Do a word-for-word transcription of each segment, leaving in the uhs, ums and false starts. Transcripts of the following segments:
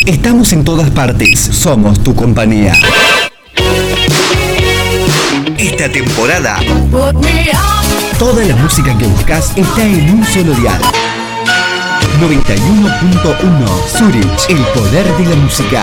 Estamos en todas partes. Somos tu compañía. Esta temporada, toda la música que buscas está en un solo dial. noventa y uno punto uno Zurich, el poder de la música.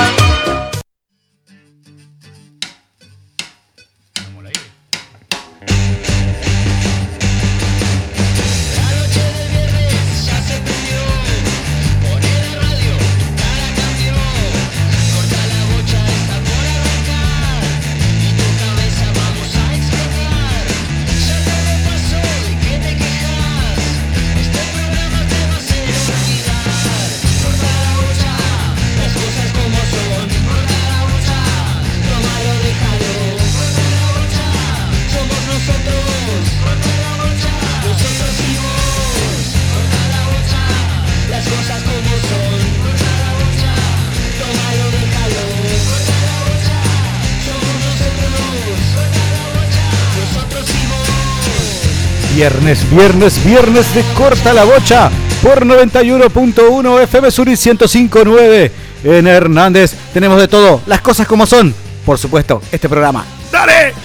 Viernes, viernes, viernes de Corta la Bocha por noventa y uno punto uno F M Zurich ciento cinco punto nueve en Hernández. Tenemos de todo, las cosas como son. Por supuesto, este programa. ¡Dale!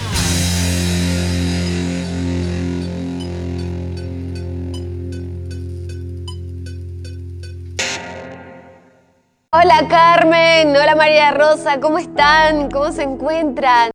Hola Carmen, hola María Rosa, ¿cómo están? ¿Cómo se encuentran?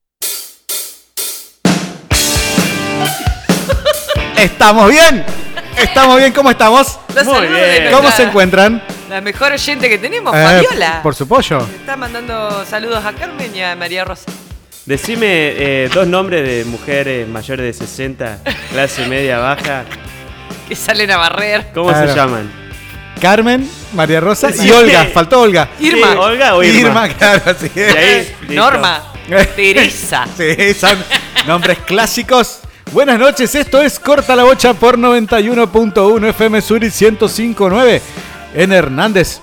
¡Estamos bien! ¿Estamos bien? ¿Cómo estamos? Muy bien. ¿Cómo se encuentran? La mejor oyente que tenemos, Eh, Fabiola. por su pollo. Está mandando saludos a Carmen y a María Rosa. Decime eh, dos nombres de mujeres mayores de sesenta, clase media baja. Que salen a barrer. ¿Cómo Claro. se llaman? Carmen, María Rosa Sí. y Olga. Faltó Olga. Irma. Sí, ¿Olga o Irma? Irma, claro, sí. Y ahí, listo. Norma. Teresa. Sí, son nombres clásicos. Buenas noches, esto es Corta la Bocha por noventa y uno punto uno F M Zurich ciento cinco punto nueve en Hernández.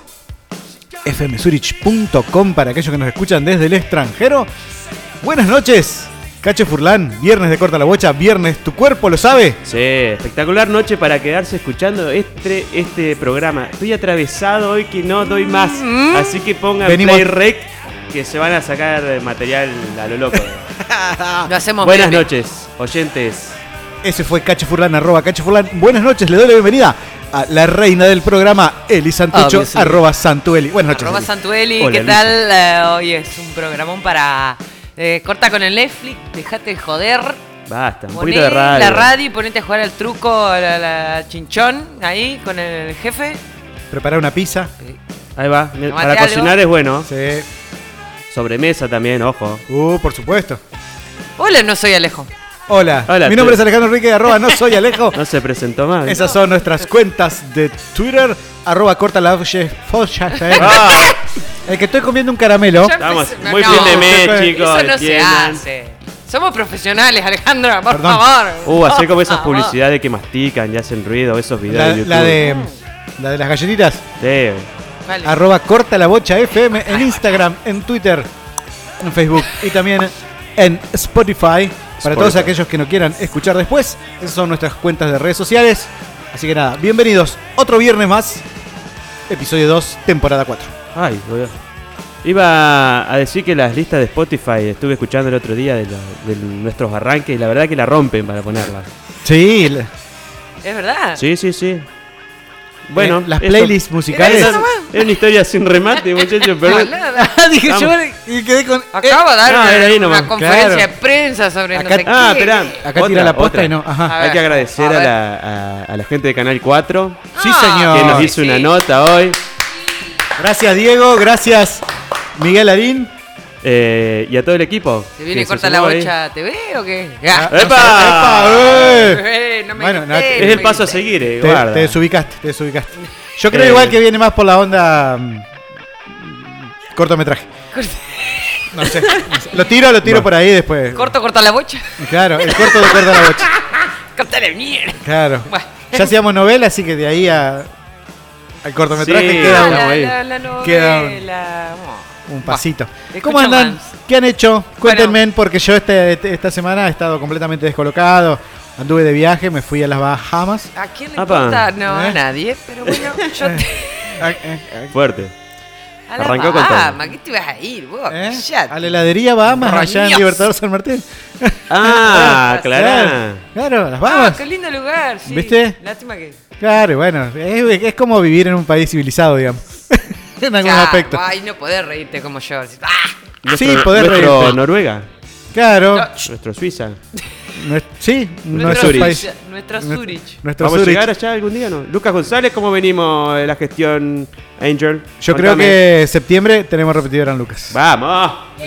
F M Zurich punto com para aquellos que nos escuchan desde el extranjero. Buenas noches, Cacho Furlan, viernes de Corta la Bocha, viernes tu cuerpo lo sabe. Sí, espectacular noche para quedarse escuchando este, este programa. Estoy atravesado hoy que no doy más, así que pongan Venimos- play rec que se van a sacar material a lo loco. Lo hacemos Buenas meme. noches, oyentes. Ese fue Cacho Furlan, arroba Cacho Furlan. Buenas noches, le doy la bienvenida a la reina del programa, Eli Santucho, Obvio, sí. arroba Santueli. Buenas noches, Arroba Eli. Santueli, Hola, ¿qué Elisa. tal? Eh, hoy es un programón para... eh, corta con el Netflix, dejate de joder. Basta, un Poné poquito de radio. la radio y ponete a jugar al truco, a la, la chinchón, ahí con el jefe. Preparar una pizza. Ahí va, ¿Tomate para algo? cocinar es bueno. Sí. Sobremesa también, ojo. Uh, por supuesto. Hola, no soy Alejo. Hola, Hola, mi nombre tú. es Alejandro Enrique, arroba no soy Alejo. No se presentó más. Esas son nuestras cuentas de Twitter, arroba corta la bocha. Ah, El que estoy comiendo un caramelo. Ya estamos empecé- muy no, fin de no, mes, chicos. Eso no se entiendan. hace. Somos profesionales, Alejandro, por Perdón. favor. Uh, así como esas Por favor. publicidades que mastican y hacen ruido, esos videos La, de YouTube. la de la de las galletitas, Sí. Vale. arroba corta la bocha F M en Instagram, en Twitter, en Facebook y también en Spotify. Para todos Spotify. aquellos que no quieran escuchar después, esas son nuestras cuentas de redes sociales. Así que nada, bienvenidos. Otro viernes más, episodio dos, temporada cuatro. Ay, boludo. Iba a decir que las listas de Spotify estuve escuchando el otro día de, lo- de nuestros arranques y la verdad que la rompen para ponerlas. Sí, la- Es verdad. Sí, sí, sí. Bueno, eh, las eso- playlists musicales. Eso Es, nomás. es una historia sin remate, muchachos, pero No, nada. Dije yo Vamos. y quedé con. Acabo de dar no, una, era ahí una nomás. conferencia Claro. de prensa sobre Acá- no sé Ah, qué. esperá. Acá Otra, tira la posta otra. y no. Ajá. A hay ver, que agradecer a a, ver. la, a, a la gente de Canal cuatro Sí, Ah, señor. que nos sí, hizo sí. una nota hoy. Gracias, Diego. Gracias, Miguel Arín. eh, y a todo el equipo. ¿Se viene que corta se la sumó ahí. bocha T V o qué? Ah, Ya. ¡Epa! ¡Epa! ¡Eh! Eh, no me Bueno, grité, no, no Es me el paso a grité. seguir, eh, Te, guarda. te desubicaste, te desubicaste. Yo creo Eh. igual que viene más por la onda mm, cortometraje. No sé, no sé. Lo tiro, lo tiro Bueno. por ahí después. Corto, corta la bocha. Claro, el corto de corta la bocha. Corta la mierda. Claro. Bueno. Ya hacíamos novela, así que de ahí a, al cortometraje Sí, queda Ah, un, estamos la, ahí. la, la novela. Queda Oh. un pasito. Escucho ¿Cómo andan? más. ¿Qué han hecho? Cuéntenme, Bueno. porque yo este, esta semana he estado completamente descolocado. Anduve de viaje, me fui a las Bahamas. ¿A quién le Apa. importa? No, ¿Eh? a nadie. Pero bueno, yo te... Ah, eh, eh. Fuerte. A la Arrancó con todo. Bahama, ¿qué te vas a ir vos? ¿Eh? Callate. A la heladería Bahamas, allá en Roñoso. Libertador San Martín. Ah, Claro, claro. claro, las Ah, Bahamas. qué lindo lugar, sí. ¿Viste? Lástima que... Claro, bueno, es, es como vivir en un país civilizado, digamos. En algún Ya, aspecto. Ay, no podés reírte como yo. ¡Ah! Nuestro, Sí, podés nuestro reírte. Noruega, Claro. No, nuestro Suiza. No es- sí, Nuestro nuestro Zurich. país. Nuestro Nuestro- Zurich. Nuestro ¿Vamos Zurich. a llegar allá algún día no? Lucas González, ¿cómo venimos de la gestión Angel? Yo creo Contame. que septiembre tenemos repetido Gran Lucas. ¡Vamos!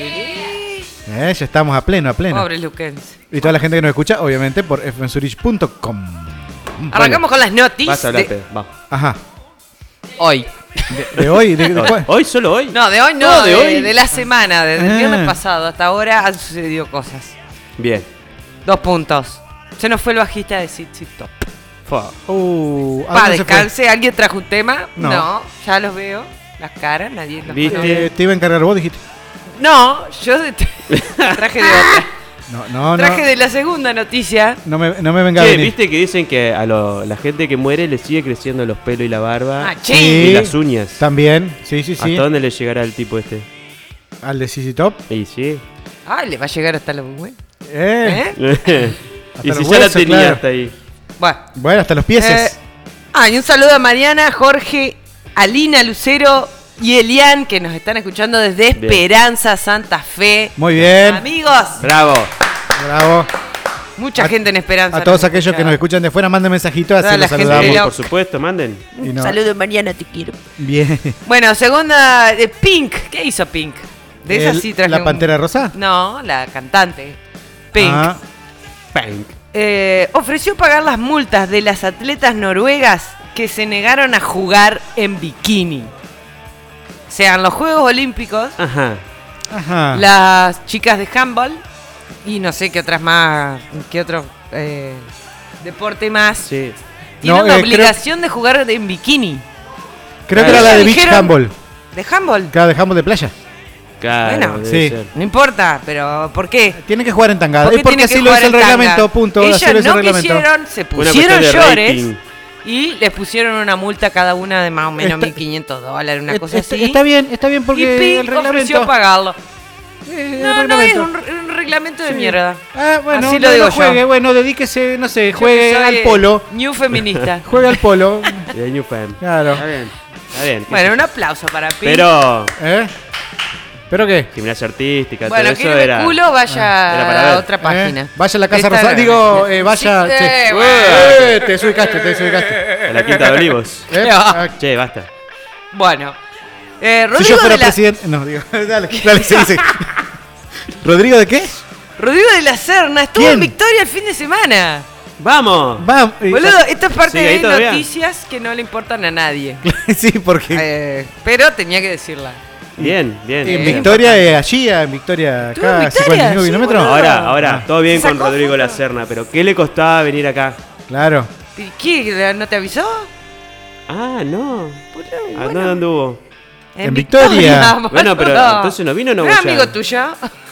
Eh, ya estamos a pleno, a pleno. Pobre Luquense. Y toda la gente que nos escucha, obviamente, por f m zurich punto com. Arrancamos con las Vas a noticias hablar, de Pedro. Vamos. Ajá. hoy. De, de hoy, de, de Hoy, cuál? hoy, solo hoy. No, de hoy no, No, de de, hoy. de la semana, desde el Ah. viernes pasado hasta ahora han sucedido cosas. Bien. Dos puntos. Se nos fue el bajista de Zip Zip Top. Fua. Uh, ¿a Pa, dónde se fue? descanse. ¿Alguien trajo un tema? No. No. ya los veo. Las caras, nadie los ¿Viste? conoce. Eh, te iba a encargar vos, dijiste. No, yo de- traje de otra. No, no, Traje no. de la segunda noticia. No me, no me venga a Che, venir. ¿viste que dicen que a lo- la gente que muere le sigue creciendo los pelos y la barba? Ah, Sí. che. Y las uñas. También, sí, sí, sí. ¿Hasta dónde le llegará el tipo este? Al de C C Top. Y sí. Ah, le va a llegar hasta los güey. Eh. ¿Eh? y Hasta si los ya la huesos, tenía claro. hasta ahí. Bueno. Bueno, hasta los pieses. Eh, ah, y un saludo a Mariana, Jorge, Alina, Lucero y Elian, que nos están escuchando desde Bien. Esperanza, Santa Fe. Muy bien. Amigos, Bravo. Bravo. mucha A- gente en Esperanza. A todos nos aquellos escucha. que nos escuchan de fuera, manden mensajitos, Toda así la los gente saludamos. de la- Por supuesto, manden. Y Un no- saludo, Mariana, te quiero. Bien. Bueno, segunda de Pink. ¿Qué hizo Pink? De esa El- sí traje ¿La un- Pantera Rosa? No, la cantante. Pink. Ah, Pink. Eh, ofreció pagar las multas de las atletas noruegas que se negaron a jugar en bikini. Sean los Juegos Olímpicos, Ajá. ajá. las chicas de handball y no sé qué otras más, qué otro eh, deporte más. Sí. Tienen No, la eh, obligación de jugar en bikini. Creo que era la de Beach Dijeron- Handball. ¿De handball? Claro, de handball de playa. Claro, Bueno, debe sí. ser. No importa, pero ¿por qué? Tienen que jugar en tangada. ¿Por qué Es porque tienen que así lo jugar dice el en tanga? reglamento, punto. Ellas Así lo dice el no reglamento. quisieron, se Una pusieron cuestión de llores rating. y les pusieron una multa cada una de más o menos Está- mil quinientos dólares, una Eh, cosa está, así. está bien, está bien y porque Pink el reglamento. ofreció pagarlo. Eh, el No, no es reglamento. un, re- un reglamento de Sí. mierda. Ah, bueno, Así no, lo digo no juegue, yo. bueno, dedíquese, no sé, Yo juegue que soy, al eh, polo. New feminista. Juegue al polo. De New Fam. Claro. Está bien. Está bien. qué Bueno, sé un yo. aplauso para Pink. Pero. ¿Eh? ¿Pero qué? Gimnasia artística, bueno, todo eso quiere era. ver culo, vaya era para ver. a otra página. ¿Eh? Vaya a la Casa Esta- Rosada. Digo, eh, vaya. Sí, che. eh, bueno. Eh, te desubicaste, te desubicaste. A la Quinta de Olivos. ¿Eh? No. Ah, Che, basta. Bueno. Eh, si Rodrigo, yo fuera de la, presidente. No, digo, dale, dale, sí, sí. ¿Rodrigo de qué? Rodrigo de la Serna estuvo ¿Quién? en Victoria el fin de semana. ¡Vamos! Va. eh, Boludo, esta es parte ¿Sigue ahí de todavía? noticias que no le importan a nadie. sí, porque. Eh, pero tenía que decirla. Bien, bien. en eh, Victoria, eh, allí, en Victoria, ¿Estuvo en acá, Victoria? cincuenta y cinco Sí, kilómetros. boludo. Ahora, ahora, Ah. todo bien con Sacó Rodrigo foto. La Serna, pero ¿qué le costaba venir acá? Claro. ¿Y ¿Qué? ¿No te avisó? Ah, no. Boludo, ¿A bueno. dónde anduvo? En Victoria. boludo. Bueno, pero entonces no vino a ¿No Nogoyá. es amigo tuyo?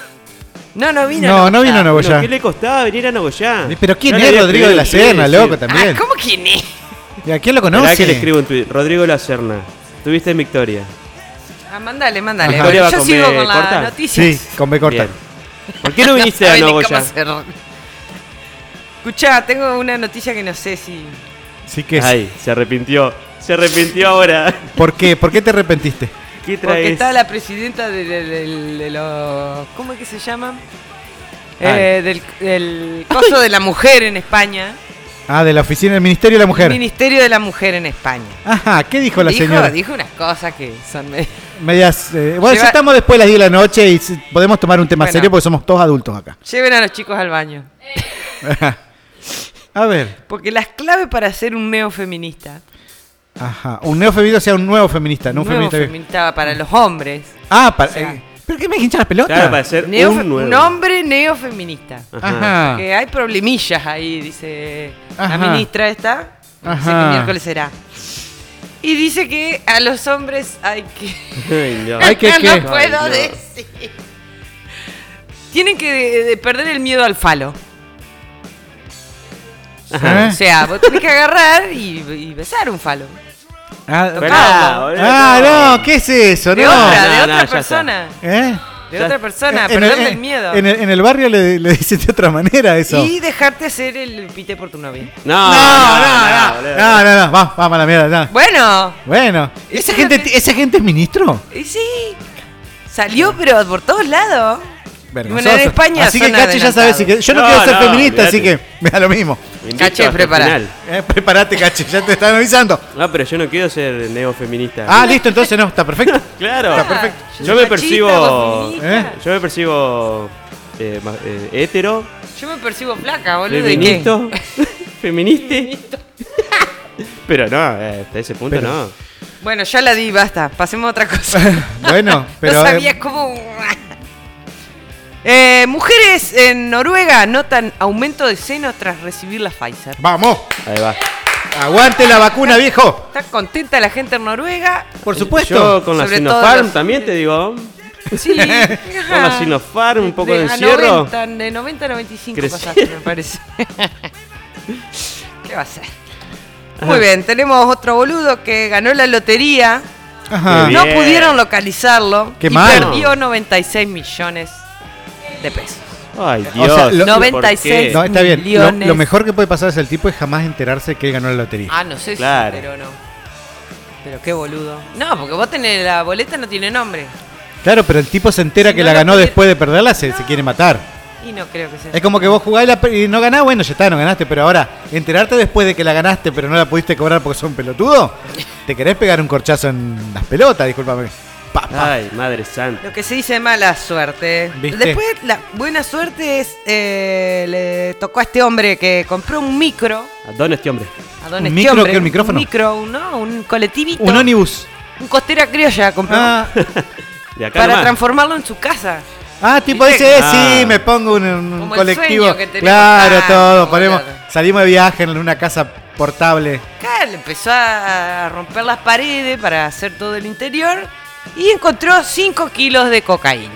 No, no vino. No, no vino a Bueno, Nogoyá. ¿qué le costaba venir a Nogoyá? Pero ¿quién Ya le es había Rodrigo de la escrito en Serna, Twitter, loco, sí. también? Ah, ¿cómo quién es? ¿Y a quién lo Esperá conoce? que le escribo en Twitter. Rodrigo La Serna. Estuviste en Victoria. Ah, mandale, mandale. Ajá. Bueno, ¿Va yo con sigo B con las corta? noticias. Sí, con B corta. Bien. ¿Por qué no viniste a saben ni cómo Nogoyá? hacer. Escuchá, tengo una noticia que no sé si... Sí que es. Ay, se arrepintió. Se arrepintió ahora. ¿Por qué? ¿Por qué te arrepentiste? ¿Qué Porque traes? está la presidenta de, de- de- de los... ¿Cómo es que se llaman? Ah. Eh, del, del coso de la mujer en España. Ah, de la oficina del Ministerio de la Mujer. Ministerio de la Mujer en España. Ajá, ¿qué dijo la dijo, señora? dijo unas cosas que son... medio- Medias. eh, bueno, Lleva- ya estamos después de las diez de la noche y si- podemos tomar un tema Bueno. serio porque somos todos adultos acá. Lleven a los chicos al baño. A ver. Porque las claves para ser un neofeminista... Ajá. Un neofeminista, o sea, un nuevo feminista, no un nuevo feminista. viejo. feminista para los hombres. Ah, para. O sea, eh, ¿pero qué me hinchas las pelotas? Claro, para ser Neofe- un nuevo. un hombre neofeminista. Ajá. Ajá. Que hay problemillas ahí, dice Ajá. la ministra esta. No sé Ajá. qué miércoles será. Y dice que a los hombres hay que... Ay, no. Hay que- no ¿qué? puedo Ay, no. decir. Tienen que de- de perder el miedo al falo. Ajá. ¿Eh? O sea, vos tenés que agarrar y, y besar un falo. Ah, Tocado. boludo, ah, no. no, ¿qué es eso? De No. otra, de No, no, otra ya está. persona. ¿Eh? De Ya- otra persona, En el- perderle el en- miedo. En el, en el barrio le, le dicen de otra manera eso. Y dejarte hacer el pite por tu novia. No, No, no, no, boludo. no, no, no, vamos, vamos a la mierda, ya. Bueno, Bueno, ¿esa Eso gente, es lo que- ¿esa gente es ministro? y sí. Salió, pero por todos lados. Vergonzoso. Bueno, en España así que son Cache ya sabe, si que, yo no, No, quiero ser no, feminista, así que olvídate. me da lo mismo. Me invito Cache, hasta el prepara. final. Eh, prepárate, Cache, ya te están avisando. No, pero yo no quiero ser neofeminista. Ah, listo, entonces no, está perfecto. claro. Está perfecto. Yo Yo soy me machista, percibo. vos feminista. ¿Eh? Yo me percibo. Eh, ma- eh, hetero, Yo me percibo flaca, boludo. ¿De qué? feminista. Feminista. Pero no, eh, hasta ese punto Pero- no. Bueno, ya la di, basta. Pasemos a otra cosa. Bueno, pero. no eh, sabías cómo. Eh, mujeres en Noruega notan aumento de senos tras recibir la Pfizer. vamos, Ahí va. aguante la vacuna, viejo. ¿Está contenta la gente en Noruega? Por supuesto. Yo con la Sobre todo Sinopharm los- también te digo. Sí. Con la Sinopharm, un poco de, a encierro. noventa, de noventa a noventa y cinco Crecí. pasaste, me parece. ¿Qué va a ser? Muy bien, tenemos otro boludo que ganó la lotería. Ajá. Qué No bien. pudieron localizarlo. Qué y mal. perdió noventa y seis millones de pesos. Ay, O Dios. sea, lo- noventa y ¿por qué? seis. No, está bien. Lo, millones. lo mejor que puede pasar es el tipo es jamás enterarse que él ganó la lotería. Ah, no sé Claro. si, pero no. Pero qué boludo. No, porque vos tenés la boleta, no tiene nombre. Claro, pero el tipo se entera Si que no la lo ganó pudiera- después de perderla, se, se quiere matar. Y no creo que sea. Es como que vos jugás y, la per- y no ganás, bueno, ya está, no ganaste, pero ahora, enterarte después de que la ganaste pero no la pudiste cobrar porque sos un pelotudo, te querés pegar un corchazo en las pelotas, discúlpame. Pa, pa. Ay, madre santa. Lo que se dice mala suerte. ¿Viste? Después, la buena suerte es. eh, le tocó a este hombre que compró un micro. ¿A dónde este hombre? ¿A dónde ¿Un este micro hombre? que el micrófono? Un micro, ¿no? Un colectivito. Un ónibus. Un costera criolla compró. Ah, De acá para nomás. transformarlo en su casa. ah, tipo ¿Viste? ese, Ah. sí, me pongo un, un Como el colectivo. sueño que tenemos. Claro, Ah, todo, boludo. ponemos, salimos de viaje en una casa portable. Acá le empezó a romper las paredes para hacer todo el interior. Y encontró cinco kilos de cocaína.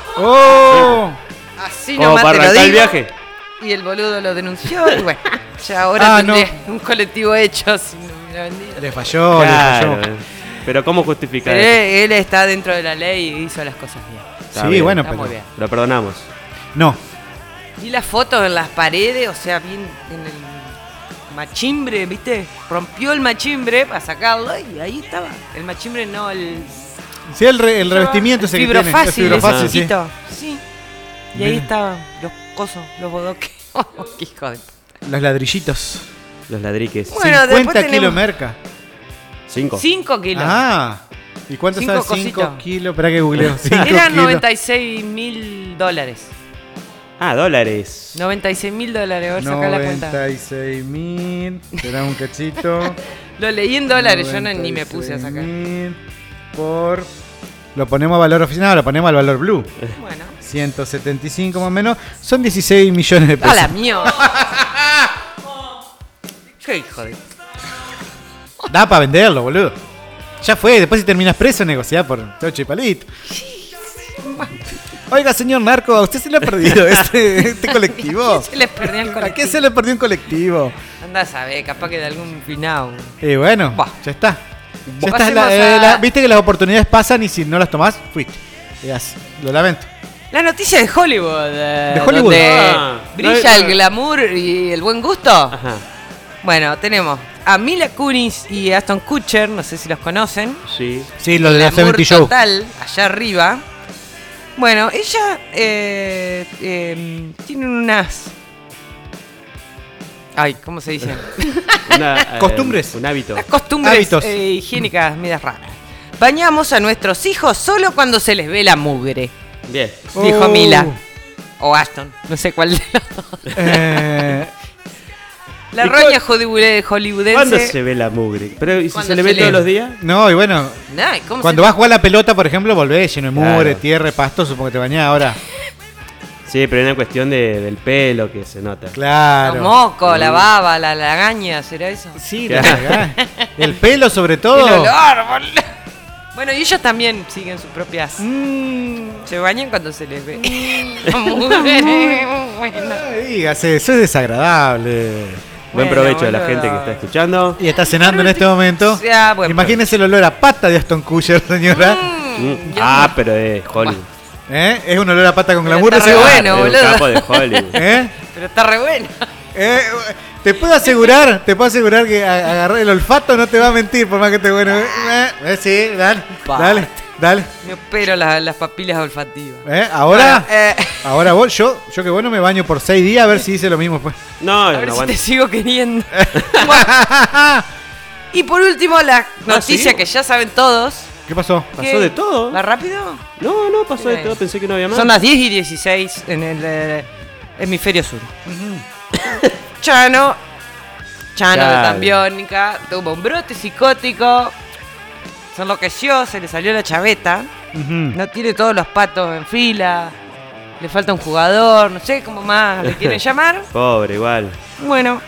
¡Oh! Así Como nomás para te lo arrancar el digo. viaje. Y el boludo lo denunció y bueno, ya ahora Ah, no. tendría un colectivo hecho si no hubiera vendido. Le falló, Claro, le falló. eh. Pero ¿cómo justificar Pero eso? él, él está dentro de la ley y hizo las cosas bien. Está Sí, bien, bueno, Está pero. muy bien. Lo perdonamos. No. Y las fotos en las paredes, o sea, bien en el machimbre, ¿viste? Rompió el machimbre para sacarlo y ahí estaba. El machimbre no, el... Sí, el, re- el revestimiento ese que tiene. fibrofácil, el fibrofácil, ese sí. chiquito. Sí. Y ahí Bien. estaban los cosos, los bodoques. Qué hijo de... Los ladrillitos. Los ladriques. Bueno, después cincuenta kilos tenemos- merca. Cinco. Cinco kilos. Ah. ¿Y cuánto Cinco sale cinco cositos. kilos? Espera que googleo. cinco Eran kilos. noventa y seis mil dólares. Ah, dólares. noventa y seis mil dólares, a ver, saca la cuenta. noventa y seis mil. Será un cachito. Lo leí en dólares, yo no, ni me puse a sacar. noventa y seis mil por. Lo ponemos a valor oficial, no, lo ponemos al valor blue. Bueno. ciento setenta y cinco más o menos. Son dieciséis millones de ¡A pesos. la mierda! ¡Qué hijo de... Da para venderlo, boludo. Ya fue, después si terminas preso, negociar por ocho y palito. Oiga, señor narco, ¿a usted se le ha perdido este, este colectivo? Se les perdió el ¿A colectivo. qué se le perdió un colectivo? Anda a saber, capaz que de algún finado. Y bueno, Buah. ya está. Ya Pasemos está la- eh, a- la- Viste que las oportunidades pasan y si no las tomás, fuiste. Y así, lo lamento. La noticia de Hollywood. eh, ¿De Hollywood? Donde Ah, brilla no, el no. glamour y el buen gusto. Ajá. Bueno, tenemos a Mila Kunis y Aston Kutcher, no sé si los conocen. Sí. Sí, lo de la Glamour setenta Show. total, allá arriba. Bueno, ella eh, eh, tiene unas... Ay, ¿cómo se dice? Una, eh, Costumbres. Un hábito. Las costumbres Hábitos. eh, higiénicas medias raras. Bañamos a nuestros hijos solo cuando se les ve la mugre, Bien. dijo Oh. Mila. O Aston, no sé cuál de los dos. Eh, La ¿Y roña hollywoode- ¿Cuándo hollywoodense. se ve la mugre? Pero ¿y si Cuando se le se ve lee. todos los días? no, y bueno, Ay, ¿cómo cuando se- vas a jugar la pelota, por ejemplo, volvés lleno de mugre, Claro. tierra, pasto, supongo que te bañás ahora. Sí, pero es una cuestión de, del pelo que se nota. Claro. Los mocos, la baba, la lagaña, ¿será eso? Sí, Claro. la cagás. El pelo sobre El todo. olor, boludo. Bueno, y ellos también siguen sus propias. Mm, Se bañan cuando se les ve. La mugre, bueno. no dígase, eso es desagradable. Buen Bueno, provecho a la boludo. gente que está escuchando. Y está cenando en este momento. Ya, bueno, Imagínese el olor a pata de Aston Kutcher, señora. Mm, Mm, Dios Ah, mío. pero de Hollywood. ¿Eh? Es un olor a pata con Pero glamour. está ese- re Ah, bueno, de un boludo. capo de Hollywood. ¿Eh? Pero está re bueno. Eh, te puedo asegurar, te puedo asegurar que a- agarrar el olfato no te va a mentir, por más que te bueno. Eh, eh, sí, dale, dale, dale. Me opero la- las papilas olfativas. Eh, ahora, Bueno, eh, ahora vos, yo, yo que bueno me baño por seis días a ver si hice lo mismo pues. No, a no ver si aguanta. te sigo queriendo. Y por último, la noticia ¿sí? que ya saben todos. ¿Qué pasó? Pasó que- de todo. ¿Va rápido? No, no, pasó de Bien. todo. Pensé que no había más. Son las diez y dieciséis en el eh, hemisferio sur. Chano, Chano de Claro. Tambiónica, tuvo un brote psicótico, se enloqueció, se le salió la chaveta, Ujú. no tiene todos los patos en fila, le falta un jugador, no sé cómo más le quieren llamar. Pobre, igual. Bueno,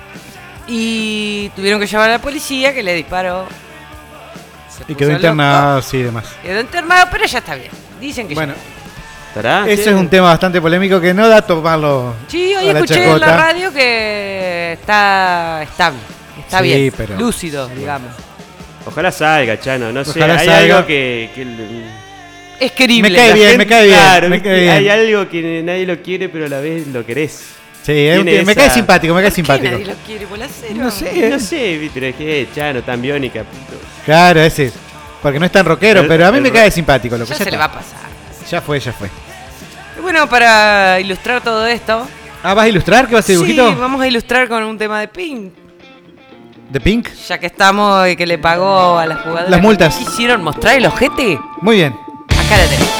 y tuvieron que llamar a la policía que le disparó. Se Y puso quedó loco, internado, sí, y demás. Quedó internado, pero ya está bien. Dicen que Bueno, ¿Estará? ese Sí. es un tema bastante polémico que no da tomarlo. ya. Sí, hoy a la escuché en chacota. la radio que está estable, está Sí, bien, pero- lúcido, digamos. Ojalá salga, Chano. No sé, Ojalá hay salga. algo que. que el- Es querible. Me cae la bien, gente- me cae bien. Claro, me viste, cae bien. hay algo que nadie lo quiere, pero a la vez lo querés. Sí, es un tiene tío- me esa- cae simpático, me cae ¿Por qué simpático. nadie lo quiere, bolacero? No sé. No sé, viste, pero es que Chano, tan biónica. Claro, ese. Porque no es tan rockero, El- pero a mí el me ro- cae simpático. Lo que Ya ya se le está. va a pasar. Ya fue, ya fue. Y bueno, para ilustrar todo esto, Ah, ¿vas a ilustrar? ¿Qué vas a hacer, sí, dibujito? vamos a ilustrar con un tema de Pink. ¿De Pink? Ya que estamos y que le pagó a las jugadoras. Las multas. que ¿Quisieron mostrar el ojete? Muy bien. Acá la tenemos.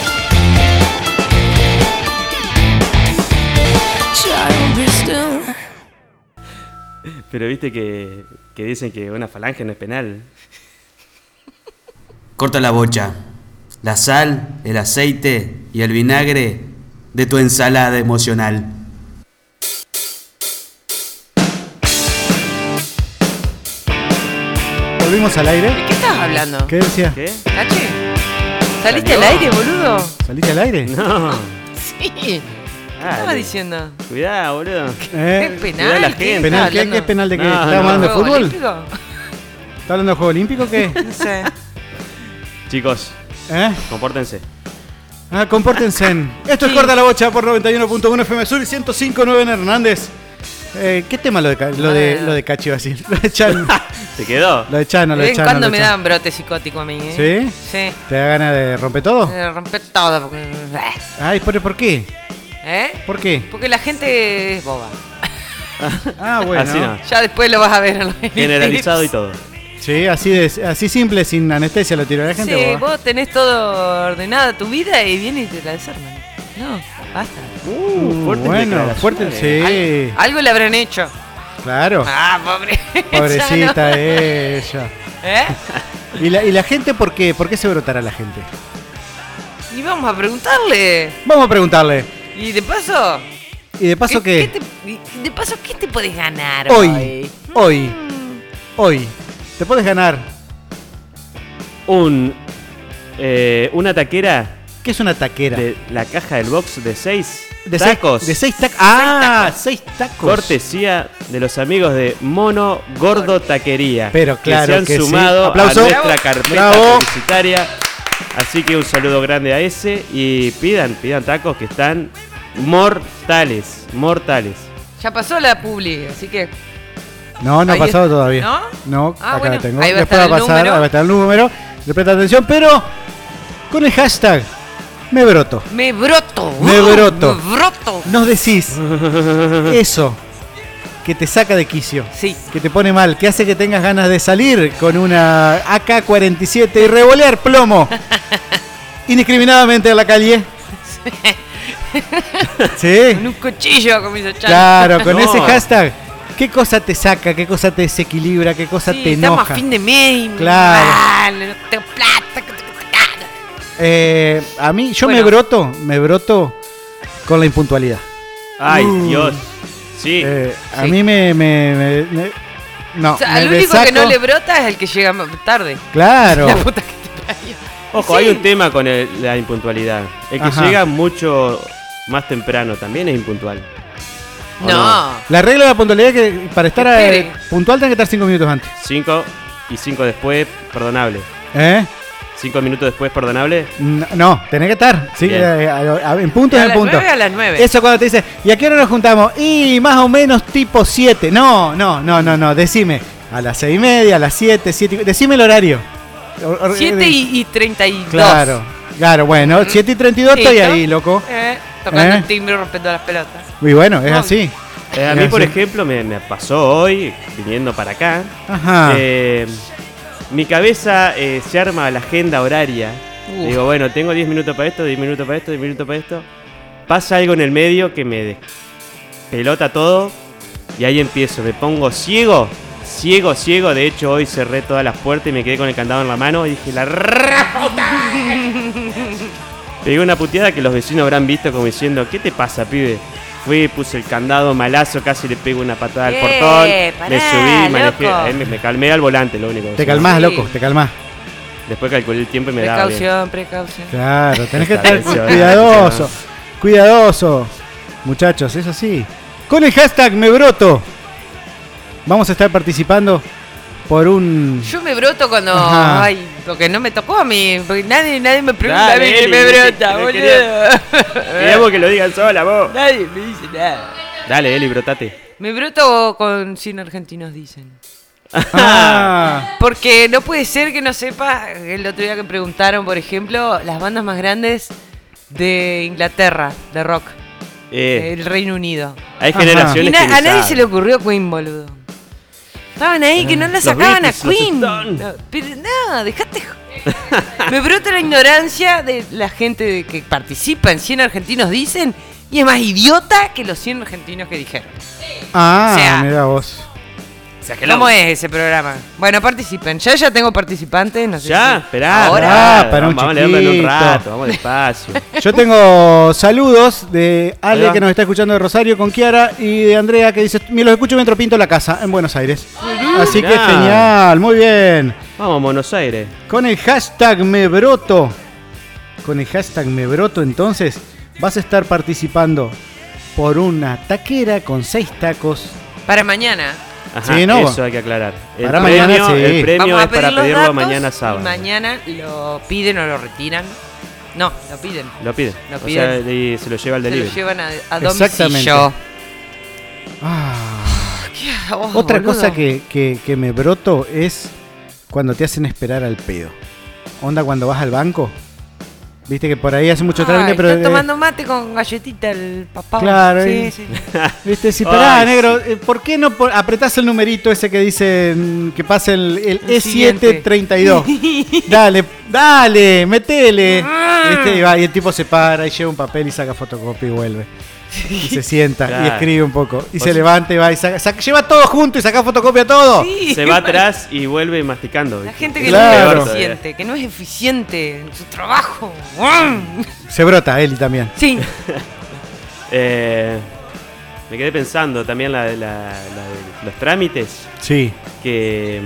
Pero viste que, que dicen que una falange no es penal. Corta la bocha, la sal, el aceite y el vinagre de tu ensalada emocional. Volvimos al aire. ¿De qué estás hablando? ¿Qué decía? ¿Qué? ¿Cache? ¿Saliste Salió. al aire, boludo? ¿Saliste al aire? No. Sí. ¿Qué Dale. estaba diciendo? Cuidado, boludo. ¿Eh? ¿Qué cuidá a la penal? ¿Qué? gente. ¿Penal? ¿Estás ¿Qué, hablando? ¿Qué es penal de qué? No, ¿Estás no. hablando de ¿Juego fútbol? olímpico? ¿Estás hablando de juego olímpico o qué? No sé. Chicos, ¿Eh? compórtense. Ah, compórtense. Esto es Sí. Corta la Bocha por noventa y uno punto uno F M Sur y ciento cinco punto nueve en Hernández. Eh, ¿Qué tema lo de, Ca- lo de, Ah. lo de Cachi iba a decir? Lo de Chano. ¿Se quedó? Lo de Chano, lo De de vez en Chano. cuando lo de me Chano. da un brote psicótico a mí, ¿eh? ¿Sí? Sí. ¿Te da ganas de romper todo? De romper todo. Porque... Ay, ¿por, ¿por qué? ¿Eh? ¿Por qué? Porque la gente es boba. Ah, bueno. Así no. Ya después lo vas a ver en los Generalizado y todo. Sí, así, de, así simple, sin anestesia lo tiró la gente. Sí, boba. vos tenés todo ordenado tu vida y viene y te la desarman. No, basta. Uh, fuertes bueno, declaraciones. fuerte, sí. Al- algo le habrán hecho. Claro. Ah, pobre. Pobrecita Ya ella. no. ¿Eh? ¿Y la, ¿Y la gente por qué? ¿Por qué se brotará la gente? Y vamos a preguntarle. Vamos a preguntarle. Y de paso. ¿Y de paso qué? qué te, y de paso, ¿qué te puedes ganar Hoy, hoy? hoy, Mm, hoy, te puedes ganar. Un, eh, una taquera ¿Qué es una taquera? de la caja del box de seis De seis- tacos. de seis tacos. Ah, seis tacos. Cortesía de los amigos de Mono Gordo Taquería. Pero claro que se han que sí. sumado Aplauso. a nuestra Bravo. carpeta Bravo. publicitaria. Así que un saludo grande a ese y pidan, pidan tacos que están mortales, mortales. Ya pasó la publi, así que. No, no ha Ahí pasado es- todavía. ¿No? No, Ah, acá bueno, la tengo. ahí va a Después estar va a el pasar, número. ahí va a estar el número. Le presta atención, pero con el hashtag me broto. Me broto. Me uh, broto. Me broto. Nos decís eso que te saca de quicio, Sí. que te pone mal, que hace que tengas ganas de salir con una A K cuarenta y siete y revolear plomo indiscriminadamente a la calle. Sí, Con un cuchillo, como hizo Chan. claro, con No. ese hashtag. ¿Qué cosa te saca? ¿Qué cosa te desequilibra? ¿Qué cosa Sí, te estamos enoja? a fin de mes. y Claro. mal, no tengo plata. Eh, a mí, yo Bueno. me broto, me broto con la impuntualidad. Ay, Uh. Dios. Sí. Eh, a Sí. mí me, me- me- me- no, O sea, me al único que desaco. no le brota es el que llega m- tarde. Claro. La puta que te parió. Ojo, Sí. hay un tema con el- la impuntualidad. El que Ajá. llega mucho más temprano también es impuntual. ¿o No. La regla de la puntualidad es que para estar Espere. eh, puntual tenés que estar cinco minutos antes. Cinco y cinco después, perdonable. ¿Eh? Cinco minutos después, perdonable. No, no, tenés que estar. Sí, Bien. eh, a- a- en punto es A en las punto. nueve a las nueve. Eso cuando te dice, ¿y a qué hora nos juntamos? Y más o menos tipo siete. No, no, no, no, no. Decime, a las seis y media, a las siete, siete. y- Decime el horario. Or- or- siete y, y treinta y dos. Claro, claro, bueno, siete y treinta y dos estoy Listo. ahí, loco. Eh, tocando ¿Eh? el timbre y rompiendo las pelotas. Y bueno, es No. así. Eh, a Es mí, por así. ejemplo, me, me pasó hoy, viniendo para acá. Ajá. eh, mi cabeza eh, se arma la agenda horaria. Uf. Digo, bueno, tengo diez minutos para esto, diez minutos para esto, diez minutos para esto. Pasa algo en el medio que me pelota todo. Y ahí empiezo, me pongo ciego. Ciego, ciego. De hecho, hoy cerré todas las puertas y me quedé con el candado en la mano. Y dije, la ra- puta. Pegué una puteada que los vecinos habrán visto como diciendo, ¿qué te pasa, pibe? Fui, puse el candado malazo, casi le pego una patada al Eh, portón. pará, me subí, manejé, loco. ahí me, me calmé al volante, lo único. que Te hacía. calmás, Sí. loco, te calmás. Después calculé el tiempo y me daba bien. Precaución, precaución. Claro, tenés que estar Atención, cuidadoso. Cuidadoso. Muchachos, es así. Con el hashtag me broto. Vamos a estar participando por un... Yo me broto cuando. Ajá. Ay, porque no me tocó a mí. Porque nadie, nadie me pregunta Dale, a mí que Eli, me que- brota, que boludo. quería- Queríamos que lo digan sola, vos. Nadie me dice nada. Dale, Eli, brotate. Me broto con cien argentinos, dicen. Ah, Porque no puede ser que no sepa. El otro día que preguntaron, por ejemplo, las bandas más grandes de Inglaterra, de rock, Eh, el Reino Unido. hay Ajá. Y generaciones na- que ni a nadie saben. se le ocurrió Queen, boludo. Estaban ahí que no la Los sacaban a Beatles, los Queen. Stones. No, pero no, dejate. jo- Me brota la ignorancia de la gente de que participa en cien argentinos dicen y es más idiota que los cien argentinos que dijeron. ah O sea, mira vos. ¿Cómo es ese programa? Bueno, participen. Ya ya tengo participantes, no sé. Ya, si- esperá. Ahora. Ah, para un vamos a leerlo en un chiquito. rato, vamos despacio. Yo tengo saludos de Ahí Ale va. que nos está escuchando de Rosario con Kiara y de Andrea que dice, me los escucho mientras pinto la casa en Buenos Aires. Así que Mirá. genial, muy bien. Vamos a Buenos Aires. Con el hashtag me broto, con el hashtag me broto entonces vas a estar participando por una taquera con seis tacos. Para mañana. Ajá, Sí, no, eso hay que aclarar. El para premio, mañana, sí. el premio Vamos a es para pedir los pedirlo datos mañana sábado. y mañana lo piden o lo retiran. No, lo piden. Lo piden. Lo O piden. sea, y se lo lleva al Se lo delivery. llevan a, a Exactamente. domicilio. Ah, ¿Qué? Oh, otra boludo. cosa que, que, que me broto es cuando te hacen esperar al pedo. Onda cuando vas al banco. Viste que por ahí hace mucho Ay, trámite, pero... está eh, tomando mate con galletita el papá. Claro, Sí, y- sí. Viste, si pará, Ay, negro, eh, ¿por qué no po- apretás el numerito ese que dice mm, que pasa el, el El E siete treinta y dos? siguiente. Dale, dale, metele. Ah. ¿Viste? Y, va, y el tipo se para y lleva un papel y saca fotocopia y vuelve. Y se sienta y Claro. escribe un poco. Y Pues se sí. levanta y va y saca, saca- lleva todo junto y saca fotocopia todo. Sí, Se va atrás y vuelve masticando. La ¿viste? gente que Claro. no es eficiente, que no es eficiente en su trabajo. Se brota Eli también. Sí. Eh, me quedé pensando también la, la- la de los trámites Sí. que,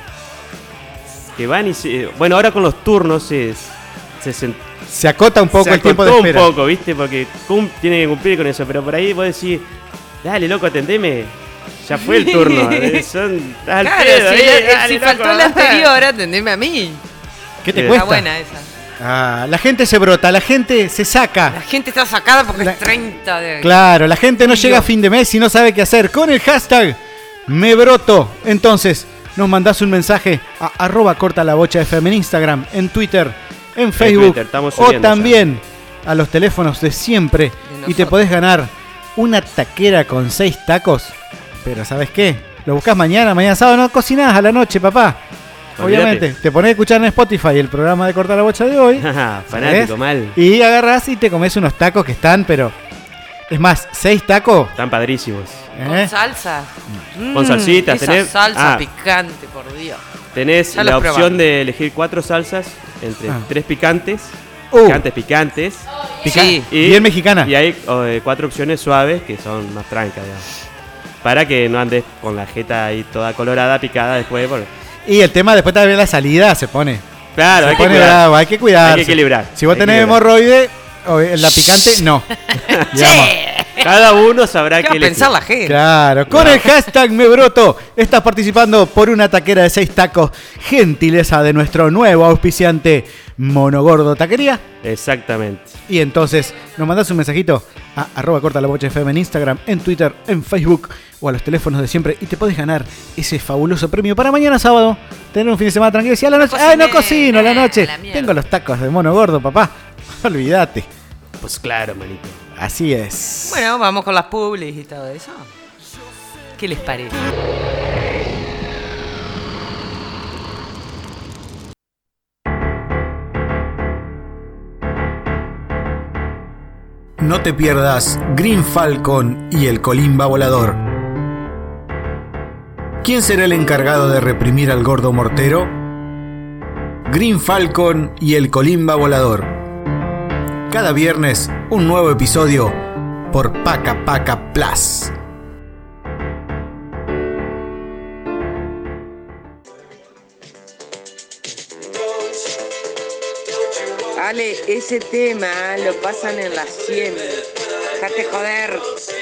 mm, que van y se, bueno, ahora con los turnos se, se, sen- Se acota un poco se el tiempo de acortó espera. un poco, ¿viste? Porque cum- tiene que cumplir con eso, pero por ahí vos decís, dale, loco, atendeme. Ya fue el turno. eh, Son, estás al Claro, pedo, si, eh, la- dale, si loco, faltó el dale. anterior, atendeme a mí. ¿Qué te Está cuesta? Está buena esa. Ah, la gente se brota, la gente se La saca. gente está sacada porque La- es treinta de... Claro, la gente no Dios. llega a fin de mes y no sabe qué hacer. Con el hashtag me broto. Entonces, nos mandás un mensaje a arroba corta la bocha F M en Instagram, en Twitter, en Facebook Twitter, estamos o subiendo también a los teléfonos de siempre. y te nosotros. podés ganar una taquera con seis tacos. Pero ¿sabes qué? Lo buscas mañana, mañana sábado, no cocinás a la noche, papá. Obviamente, Olvídate. te pones a escuchar en Spotify el programa de Corta la Bocha de hoy. Fanático, ¿sabes? mal. Y agarrás y te comes unos tacos que están, pero... Es más, seis tacos. Están padrísimos. ¿eh? Con salsa. Con Mm, salsitas, esa tenés- salsa ah. picante, por Dios. Tenés Ya la los opción probamos. de elegir cuatro salsas entre Ah. tres picantes. Uh. Picantes, picantes. Pica- Sí. Y- Bien mexicana. Y hay oh, eh, cuatro opciones suaves que son más trancas, digamos. Para que no andes con la jeta ahí toda colorada, picada después. Porque... Y el tema después también la salida se pone. Claro, se hay que, pone cuidar. bravo, hay que cuidar. Hay que equilibrar. Si vos Hay que tenés equilibrar. hemorroide, O, eh, la picante, no. Digamos. Cada uno sabrá ¿Qué va qué a le pensar la gente? Claro, con el hashtag MeBroto estás participando por una taquera de seis tacos, gentileza de nuestro nuevo auspiciante Monogordo Taquería. Exactamente. Y entonces nos mandás un mensajito a arroba corta la bocha F M en Instagram, en Twitter, en Facebook o a los teléfonos de siempre y te podés ganar ese fabuloso premio para mañana sábado. Tener un fin de semana tranquilo. Si a la noche, No ¡ay, no cociné, cocino a la noche! la mierda. Tengo los tacos de mono gordo, papá. Olvídate. Pues claro, manito. Así es. Bueno, vamos con las publis y todo eso. ¿Qué les parece? No te pierdas Green Falcon y el Colimba Volador. ¿Quién será el encargado de reprimir al gordo mortero? Green Falcon y el Colimba Volador. Cada viernes, un nuevo episodio por Paca Paca Plus. Ale, ese tema lo pasan en las cien. Dejate joder.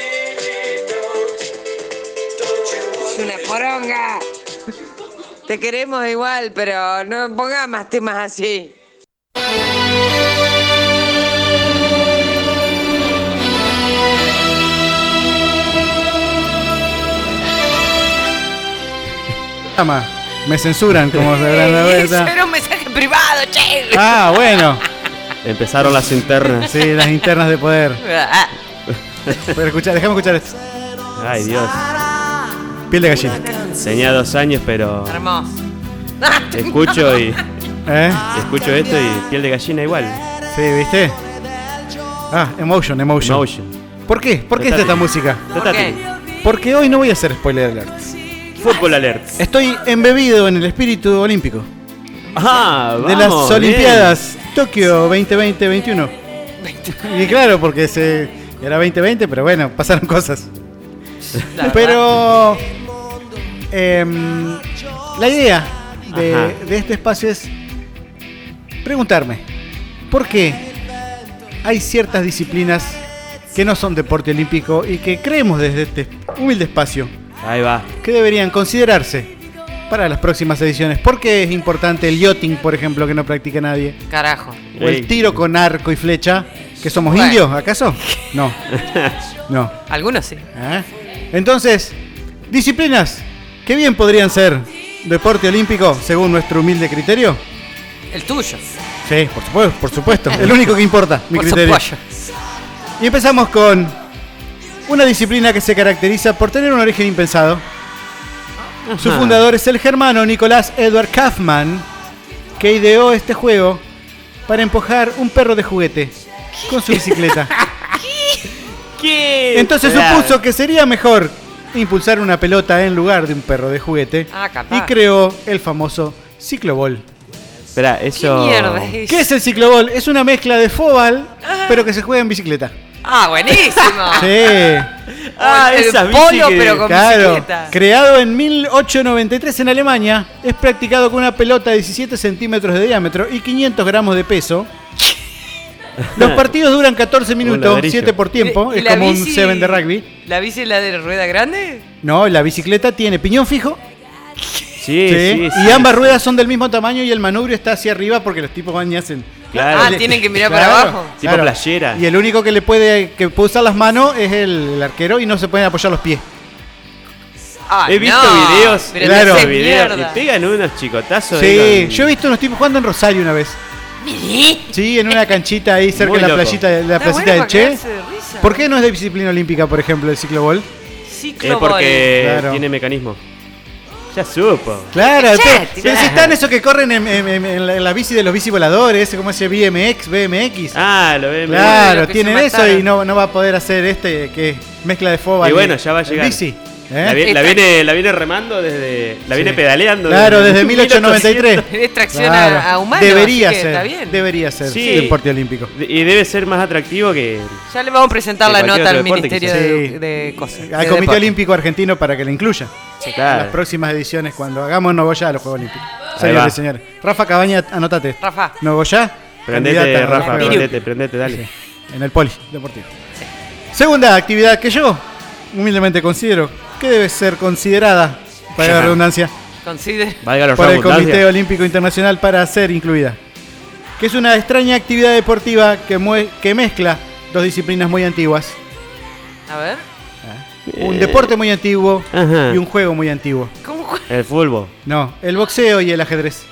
Es una poronga. Te queremos igual, pero no pongas más temas así. Ama, me censuran como se habrán dado Eso cuenta. era un mensaje privado, che. Ah, bueno. Empezaron las internas. Sí, las internas de poder. Ah, Pero escucha, déjame escuchar esto. Ay, Dios. Piel de gallina. Tenía dos años, pero hermoso. escucho y ¿Eh? escucho esto y piel de gallina igual. Sí, ¿viste? Ah, emotion, emotion. Motion. ¿Por qué? ¿Por qué está esta música? ¿Por qué? Porque hoy no voy a hacer spoiler alert. Fútbol alert. Estoy embebido en el espíritu olímpico Ah, de las vamos, Olimpiadas Tokio veinte veinte veintiuno. Y claro, porque se era veinte veinte, pero bueno, pasaron cosas. La verdad. Pero em, la idea de, Ajá. de este espacio es preguntarme ¿por qué hay ciertas disciplinas que no son deporte olímpico y que creemos desde este humilde espacio bien. Ahí va. que deberían considerarse para las próximas ediciones? ¿Por qué es importante el yachting, por ejemplo, que no practica nadie? Carajo. ¿O el Ey. tiro con arco y flecha? ¿Que somos Bueno. indios, acaso? No. No. Algunos sí. ¿Eh? Entonces, disciplinas que bien podrían ser deporte olímpico según nuestro humilde criterio. El tuyo. Sí, por supuesto, por supuesto. El único que importa, mi Por criterio. supuesto. Y empezamos con una disciplina que se caracteriza por tener un origen impensado. Su Ajá. fundador es el germano Nicolás Edward Kaufmann, que ideó este juego para empujar un perro de juguete con su bicicleta. ¿Qué? Entonces Claro. supuso que sería mejor impulsar una pelota en lugar de un perro de juguete Ah, capaz. y creó el famoso ciclobol. Espera, ¿Qué eso. mierda es ¿Qué eso? es el ciclobol? Es una mezcla de fóbal, pero que se juega en bicicleta. Ah, buenísimo. Sí, Ah, el esa bici polo, que- pero con claro. bicicleta. Creado en mil ochocientos noventa y tres en Alemania, es practicado con una pelota de diecisiete centímetros de diámetro y quinientos gramos de peso. Los partidos duran catorce minutos, ladrillo. siete por tiempo, ¿Y es la como un bici- seven de rugby. ¿La bici es la de rueda grande? No, la bicicleta tiene piñón fijo. Sí, Sí, sí, y sí. ambas ruedas son del mismo tamaño y el manubrio está hacia arriba porque los tipos van y hacen. Claro. Ah, tienen que mirar para Claro, abajo. Tipo playera. Y el único que le puede que puede usar las manos es el, el arquero y no se pueden apoyar los pies. Ah, He visto no, videos, pero he Claro. visto te haces videos mierda. y pegan unos chicotazos. Sí, ahí con- yo he visto unos tipos jugando en Rosario una vez. Sí, en una canchita ahí cerca Muy de la loco. playita, de la Está placita bueno del para Che. cagarse de risa. ¿Por qué no es de disciplina olímpica, por ejemplo, el ciclobol? Ciclobol. Es porque Claro. tiene mecanismo. Ya supo. Claro, Che, pero, tira. pero si están esos que corren en, en- en- en la, en la bici de los bicivoladores, ese como ese B M X, B M X. Ah, lo ven. Claro, lo que tienen se eso mataron. y no, no va a poder hacer este que es mezcla de fóbal. Y bueno, ya va a llegar. Bici. ¿eh? La, vi- la Esta- viene, la viene remando desde. La viene Sí. pedaleando. Claro, desde mil ochocientos noventa y tres. Es tracción Claro. a, a humano, Debería así que ser, está bien. debería ser Sí. deporte olímpico. De- Y debe ser más atractivo que. Ya le vamos a presentar De la cualquier nota al otro deporte, Ministerio quizás. de, Sí. de cosas. Al de Comité deporte. Olímpico Argentino para que la incluya. En Claro. las próximas ediciones, cuando hagamos Nogoyá a los Juegos Olímpicos. Ahí Señores va. y señores. Rafa Cabaña, anotate. Rafa. Rafa. Prendete, candidata a los Rafa, Juegos prendete, prendete, dale. en el polideportivo. Sí. Segunda actividad que yo humildemente considero que debe ser considerada, para la redundancia, Consider. por el Comité Olímpico Internacional para ser incluida. Que es una extraña actividad deportiva que, mue- que mezcla dos disciplinas muy antiguas. A ver. Un deporte muy antiguo Ajá. y un juego muy antiguo. ¿Cómo juega? El fútbol. No, el boxeo y el ajedrez.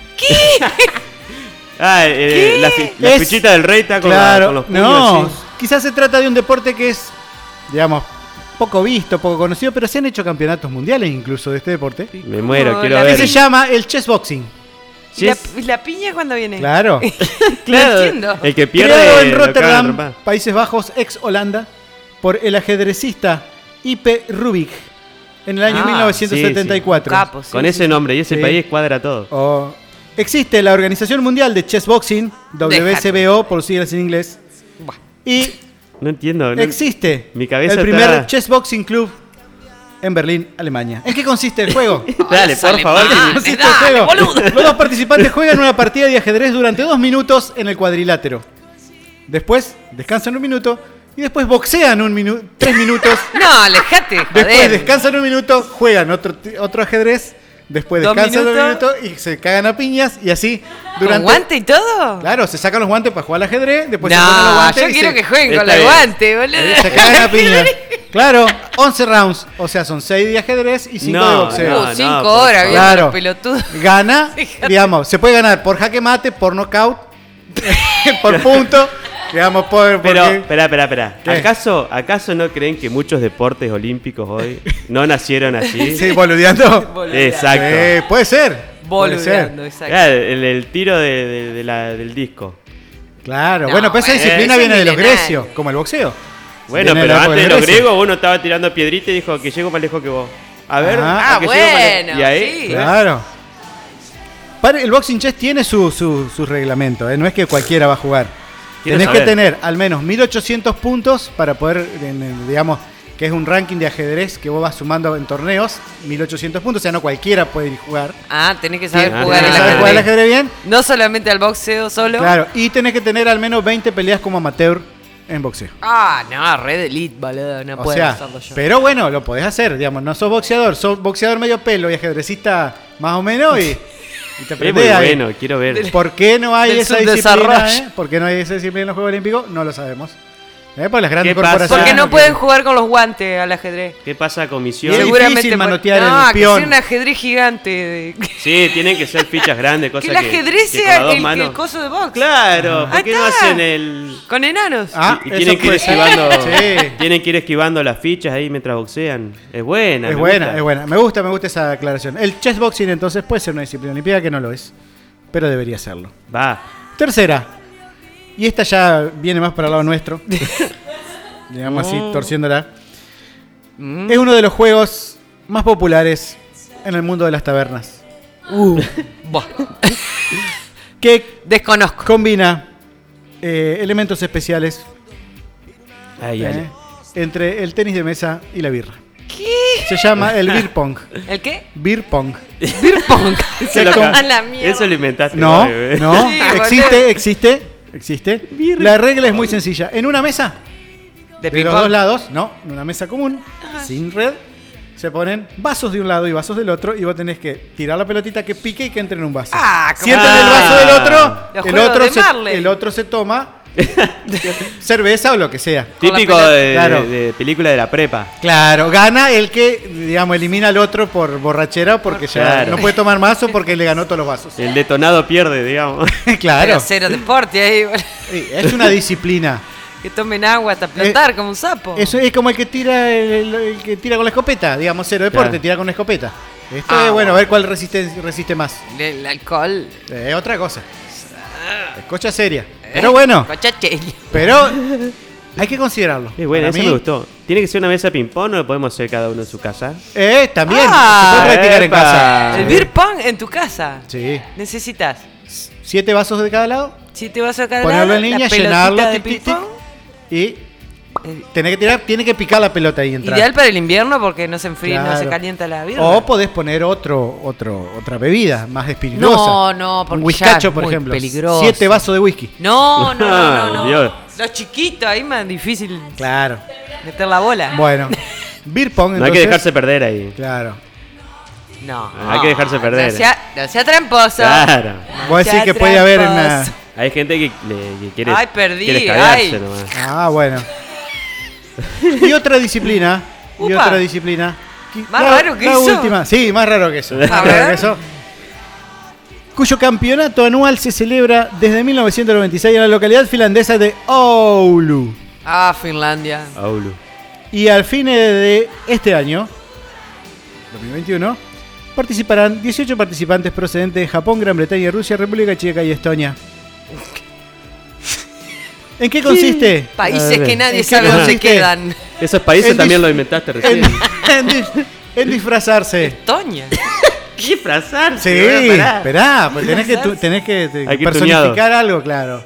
Ah, eh, la, fi- la Es- fichita del rey está con, Claro, la- con los puños. no, sí. quizás se trata de un deporte que es, digamos, poco visto, poco conocido, pero se han hecho campeonatos mundiales incluso de este deporte. Me muero, No, quiero la Que ver. se llama el chessboxing. ¿Y la, Chess- y la piña cuando viene? Claro. Claro, No entiendo. el que pierde. Creado en lo cagan a Rotterdam, trompada. Países Bajos, ex Holanda, por el ajedrecista Ipe Rubik en el año Ah, mil novecientos setenta y cuatro. Capo, sí, Con sí, ese sí. nombre y ese Sí. país cuadra todo. O- existe la Organización Mundial de Chessboxing, W S B O por siglas en inglés, y No entiendo. no- existe Mi cabeza el primer está- Chessboxing Club en Berlín, Alemania. ¿En qué consiste el juego? Dale, por Sale favor. mal. que- Dale, Consiste el juego. boludo. Los dos participantes juegan una partida de ajedrez durante dos minutos en el cuadrilátero. Después descansan un minuto y después boxean un minuto, tres minutos. No, alejate, Después joder. descansan un minuto, juegan otro, otro ajedrez. Después Dos descansan un minutos. minuto y se cagan a piñas y así ¿Con durante. guante y todo? Claro, se sacan los guantes para jugar al ajedrez, después se ponen los No, guantes yo y quiero se, que jueguen Está con el bien. guante, boludo. se cagan a piñas. Claro, once rounds, o sea, son seis de ajedrez y cinco No, de boxeo. no. Uh, cinco por horas favor. viendo Claro. los pelotudos. Gana, digamos, se puede ganar por jaque mate, por knockout, por punto, digamos, por... Pero, porque- espera, espera, espera. ¿Qué? ¿Acaso, ¿Acaso no creen que muchos deportes olímpicos hoy no nacieron así? Sí, boludeando. Exacto. Eh, puede ser. Puede ser. Boludeando, exacto. Claro, el, el tiro de, de- de la- del disco. Claro, No, bueno, pero esa bueno, disciplina eso viene es de los milenario. grecios, como el boxeo. Bueno, Viene pero la época antes de de los Grecia. griegos uno estaba tirando piedrita y dijo que llego más lejos que vos. A ver, Ah, a que llego más lejos. bueno, Y ahí, sí. Claro. Para- El boxing chess tiene su, su, su reglamento, ¿eh? No es que cualquiera va a jugar. Quiero Tenés que saber. tener al menos mil ochocientos puntos para poder, en el- digamos, que es un ranking de ajedrez que vos vas sumando en torneos, mil ochocientos puntos, o sea, no cualquiera puede ir a jugar. Ah, tenés que saber Ah, jugar Tenés al que saber jugar al ajedrez. ajedrez bien. No solamente al boxeo solo. Claro, y tenés que tener al menos veinte peleas como amateur en boxeo. Ah, no, red elite, boludo. No O puedo sea, hacerlo yo. pero bueno, lo podés hacer, digamos, no sos boxeador, sos boxeador medio pelo y ajedrecista más o menos y, y te es muy aprendés ahí. bueno, quiero ver. ¿Por qué no hay Del esa disciplina? subdesarrollo. eh? ¿Por qué no hay esa disciplina en los Juegos Olímpicos? No lo sabemos. ¿Eh? Por las grandes ¿Qué pasa? corporaciones. Porque no que- pueden jugar con los guantes al ajedrez. ¿Qué pasa, Y comisión? es difícil por- manotear no, el que peón. sea un ajedrez gigante. de- Sí, tienen que ser fichas grandes, cosas Que el que, ajedrez que con sea las dos el, manos. el coso de box. Claro, ¿por Ahí qué no está. hacen el...? Con enanos. Ah, y y eso tienen que ir puede ser. esquivando, Sí. tienen que ir esquivando las fichas ahí mientras boxean. Es buena. Es me buena, gusta. es buena. Me gusta, me gusta esa aclaración. El chessboxing entonces puede ser una disciplina olímpica que no lo es, pero debería serlo. Va. Tercera, y esta ya viene más para el lado nuestro, digamos así, Oh. torciéndola. Es uno de los juegos más populares en el mundo de las tabernas, Buah, que desconozco. combina eh, elementos especiales Ay, eh, ay. entre el tenis de mesa y la birra. Se llama el beer pong. ¿El qué? Beer pong. Beer pong. Eso lo, A la mierda. eso lo inventaste. No, vos, bebé. no, Sí, boludo. existe, existe, existe. La regla es muy sencilla. En una mesa, De de ping los pong. dos lados, no, en una mesa común, sin red, se ponen vasos de un lado y vasos del otro y vos tenés que tirar la pelotita que pique y que entre en un vaso. Ah, si como- entra en el vaso del Los otro, el juegos otro, de se, Marley. el otro se toma cerveza o lo que sea. Con la Típico pelota. de, Claro. de- de película de la prepa. Claro, gana el que, digamos, elimina al otro por borrachera porque ya Claro. no puede tomar más o porque le ganó todos los vasos. El detonado pierde, digamos. Claro, Pero cero deporte ahí, boludo. Sí, es una disciplina. Que tomen agua hasta plantar como un sapo. Eso es como el que tira el, el que tira con la escopeta, digamos, cero deporte, Claro. tira con la escopeta. Esto Ah, es bueno, bueno. a ver cuál resiste, resiste más. El alcohol. Es otra cosa. Es cocha seria. Pero bueno, Cochache. pero hay que considerarlo. Es bueno, Para eso mí, me gustó. ¿Tiene que ser una mesa de ping-pong o lo podemos hacer cada uno en su casa? Eh, también. Ah, se puede practicar en epa. casa. El beer pong en tu casa. Sí. Necesitas Siete vasos de cada lado siete vasos de cada Ponerlo lado, en línea, la pelotita llenarlo, de tic, tic, ping tic. pong. y tenés que tirar, tiene que picar la pelota y entrar. Ideal para el invierno porque no se enfría, no se Claro. calienta la birra. O podés poner otro, otro, otra bebida más espirituosa. No, no, porque Un ya whiskacho, es por muy ejemplo. peligroso. Siete vasos de whisky. No, no, no, no, no. Dios. Los chiquitos, ahí más difícil Claro. meter la bola. Bueno. Beer pong, entonces. No hay que dejarse perder ahí. Claro. No. Hay que dejarse perder. No sea, no sea tramposo. Claro. Vos decís sea que puede haber una... tramposo. Hay gente que, le, que quiere. Ay, perdí, quiere escabearse ay. nomás. Ah, bueno. Y otra disciplina. Y Upa. otra disciplina. Más La- raro que la eso. última. Sí, más raro que eso. Más A raro ver. que eso. Cuyo campeonato anual se celebra desde mil novecientos noventa y seis en la localidad finlandesa de Oulu. Ah, Finlandia. Aulu. Y al fin de este año, dos mil veintiuno, participarán dieciocho participantes procedentes de Japón, Gran Bretaña, Rusia, República Checa y Estonia. ¿En qué consiste? Países A ver. que nadie ¿En qué sabe dónde consiste? quedan. Esos países En también dis- lo inventaste recién. En, en dis- en disfrazarse. Estonia. Disfrazarse. Sí, bueno, pará. esperá, pues tenés que, tu- tenés que te- Hay que ir personificar tuneado. algo, claro.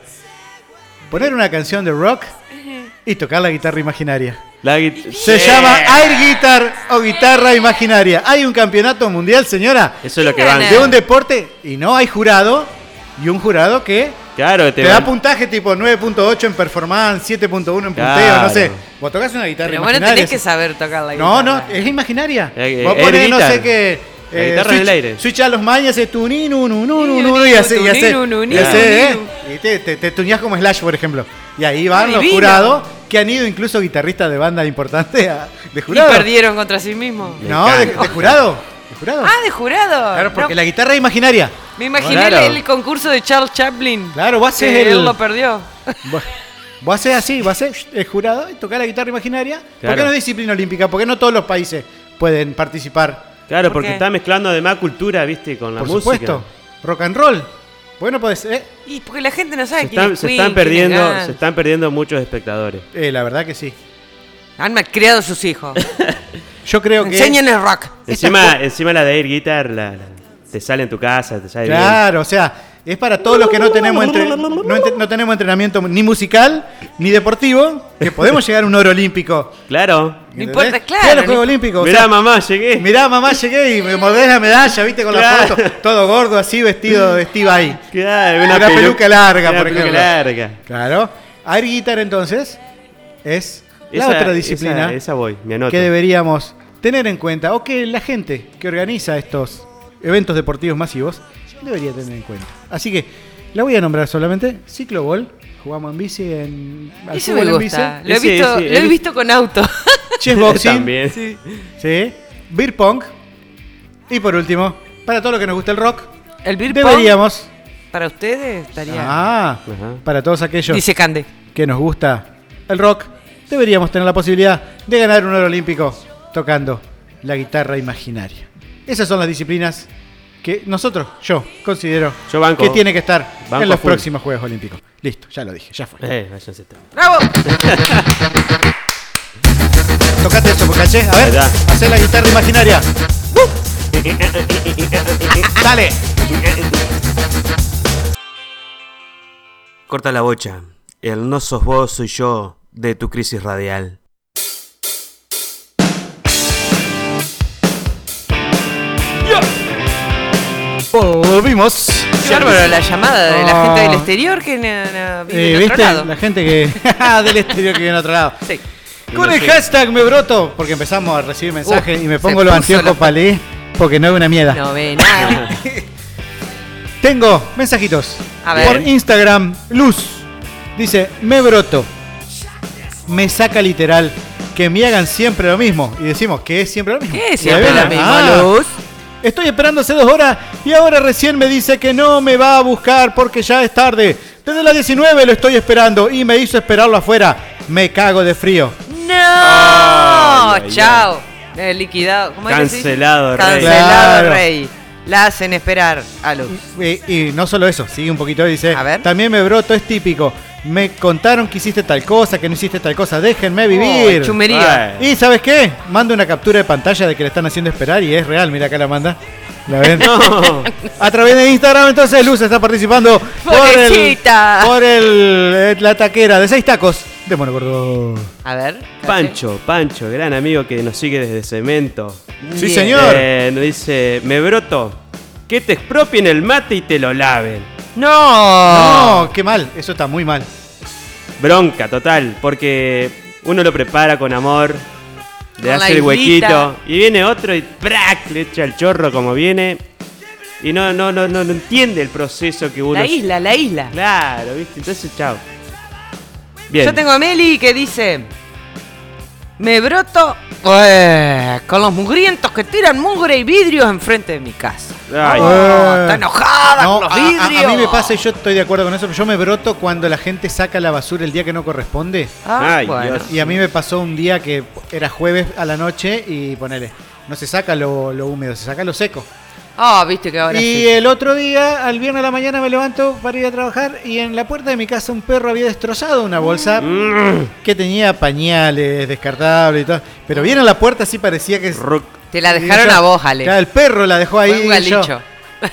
Poner una canción de rock y tocar la guitarra imaginaria. La gui- Se llama Air Guitar o guitarra imaginaria. Hay un campeonato mundial, señora, Eso es lo que ¿Quién van. gana? de un deporte y no hay jurado. Y un jurado que Claro, te, te da van- puntaje tipo nueve punto ocho en performance, siete punto uno en punteo, Claro. no sé. Vos tocás una guitarra Pero bueno, imaginaria. tenés que saber tocar la No, guitarra. no, es imaginaria. Eh, eh, Vos air ponés, no guitar. sé qué. La guitarra en el aire. Switch a los mañas, es tu ni, nu, nu, nu, nu, Ni, nu, ni, y hace, tu, y hace, ni, nu, nu, y ni, hace, nu, ¿eh? ni, Y te, te, te tuñás como Slash, por ejemplo. Y ahí van los Divino. jurados, que han ido incluso guitarristas de bandas importantes a- de Y jurado. perdieron contra sí mismos. Me No, de, encanta. de jurado. De jurado. Ah, de jurado. Claro, porque No, la guitarra es imaginaria. me imaginé Claro. el, el concurso de Charles Chaplin. Claro, vos haces Que el. él lo perdió. Vos, vos haces así, vos haces el jurado y tocás la guitarra imaginaria. ¿Por Claro. qué no es disciplina olímpica? Porque no todos los países pueden participar. Claro, ¿Por porque qué? está mezclando además cultura, viste, con la Por música. supuesto. Rock and roll. Bueno, pues, eh, Y porque la gente no sabe Se quién están, es se Queen, están quién es perdiendo, Guns. se están perdiendo muchos espectadores. eh, la verdad que sí. Han criado sus hijos. Yo creo que. Enseñen el rock. Encima, encima la de Air Guitar la, la- te sale en tu casa, te sale Claro, o sea, es para todos los que no tenemos, entre- no, ent- no tenemos entrenamiento ni musical ni deportivo, que podemos llegar a un oro olímpico. bien. Claro. No ¿entendés? importa, claro, Mirá los no Juegos imp- Olímpicos. o Mirá, sea, mamá, llegué. mirá, mamá, llegué y me mordés la medalla, viste, con la Claro. foto. Todo gordo, así, vestido de Steve ahí. Claro, Una pelu- peluca larga, una por peluca ejemplo. larga. Claro. Air Guitar, entonces, es la Esa- otra disciplina Esa, esa voy, me anoto. que deberíamos tener en cuenta, o que la gente que organiza estos eventos deportivos masivos debería tener en cuenta. Así que la voy a nombrar solamente. Ciclobol, jugamos en bici, en al Eso fútbol me en gusta. bici. Lo he Ese, visto, ese, lo he el- visto con auto. Chessboxing, También. sí. Beer pong. Y por último, para todo lo que nos gusta el rock, El beer pong, deberíamos... para ustedes estaría. Ah, Ajá. para todos aquellos Dice Cande. que nos gusta el rock, deberíamos tener la posibilidad de ganar un oro olímpico tocando la guitarra imaginaria. Esas son las disciplinas que nosotros, yo, considero Yo banco. que tiene que estar Banco en los full. próximos Juegos Olímpicos. Listo, ya lo dije, ya fue. Eh, váyanse. ¡Bravo! Tocate eso, Pocaché. A Ahí ver, está. hacé la guitarra imaginaria. Dale. Corta la bocha. El no sos vos, soy yo de tu crisis radial. Volvimos. Qué bárbaro la llamada de la Oh. gente del exterior que na- na- vive Eh, del otro ¿Viste? lado. La gente que del exterior que viene a otro lado. Sí. Con el hashtag me broto, porque empezamos a recibir mensajes Uh, y me se pongo los puso anteojos la- para leer, porque no es una mierda. No ve nada. Tengo mensajitos. A ver. Por Instagram, Luz dice, me broto. Me saca literal que me hagan siempre lo mismo. Y decimos que es siempre lo mismo. ¿Qué es Y siempre ahí lo viene, mismo, ah, Luz? Estoy esperando hace dos horas y ahora recién me dice que no me va a buscar porque ya es tarde. Desde las diecinueve lo estoy esperando y me hizo esperarlo afuera. Me cago de frío. ¡No! Ay, ay, ¡Chao! Eh, liquidado. ¿Cómo es que se dice? Cancelado, rey. Cancelado, Claro. rey. La hacen esperar a Luz. Y, y no solo eso, sigue un poquito y dice, A ver. también me broto, es típico. Me contaron que hiciste tal cosa, que no hiciste tal cosa. Déjenme Oh, vivir. chumería. Ay. Y ¿sabes qué? Manda una captura de pantalla de que le están haciendo esperar y es real. Mira acá la manda. ¿La ven? No. A través de Instagram, entonces Luz está participando por, el, Pobrecita. por el, eh, la taquera de seis tacos de Mono Gordo. A ver. Pancho, Pancho, gran amigo que nos sigue desde Cemento. Sí, Bien. señor. Eh, nos dice, me broto, que te expropien el mate y te lo laven. No. No, qué mal. Eso está muy mal. bronca total, porque uno lo prepara con amor, le Con la hace el huequito, islita. y viene otro y ¡prac! Le echa el chorro como viene, y no, no, no, no, no entiende el proceso que uno... La isla, la isla. Claro, ¿viste? Entonces, chao. Bien. Yo tengo a Meli que dice: me broto eh, con los mugrientos que tiran mugre y vidrios enfrente de mi casa. Ay. Oh, Eh. está enojada No, con los a, a- vidrios. a mí me pasa y yo estoy de acuerdo con eso, pero yo me broto cuando la gente saca la basura el día que no corresponde. Ah, Ay, bueno. Dios. Y a mí me pasó un día que era jueves a la noche y ponele, no se saca lo, lo húmedo, se saca lo seco. Ah, viste que ahora Y sí. el otro día, al viernes a la mañana, me levanto para ir a trabajar y en la puerta de mi casa un perro había destrozado una bolsa Mm. que tenía pañales, descartables y todo. Pero bien a la puerta sí parecía que... Ruc. Te la y dejaron yo- a vos, Ale. Claro, el perro la dejó ahí. Fue un y yo, galicho.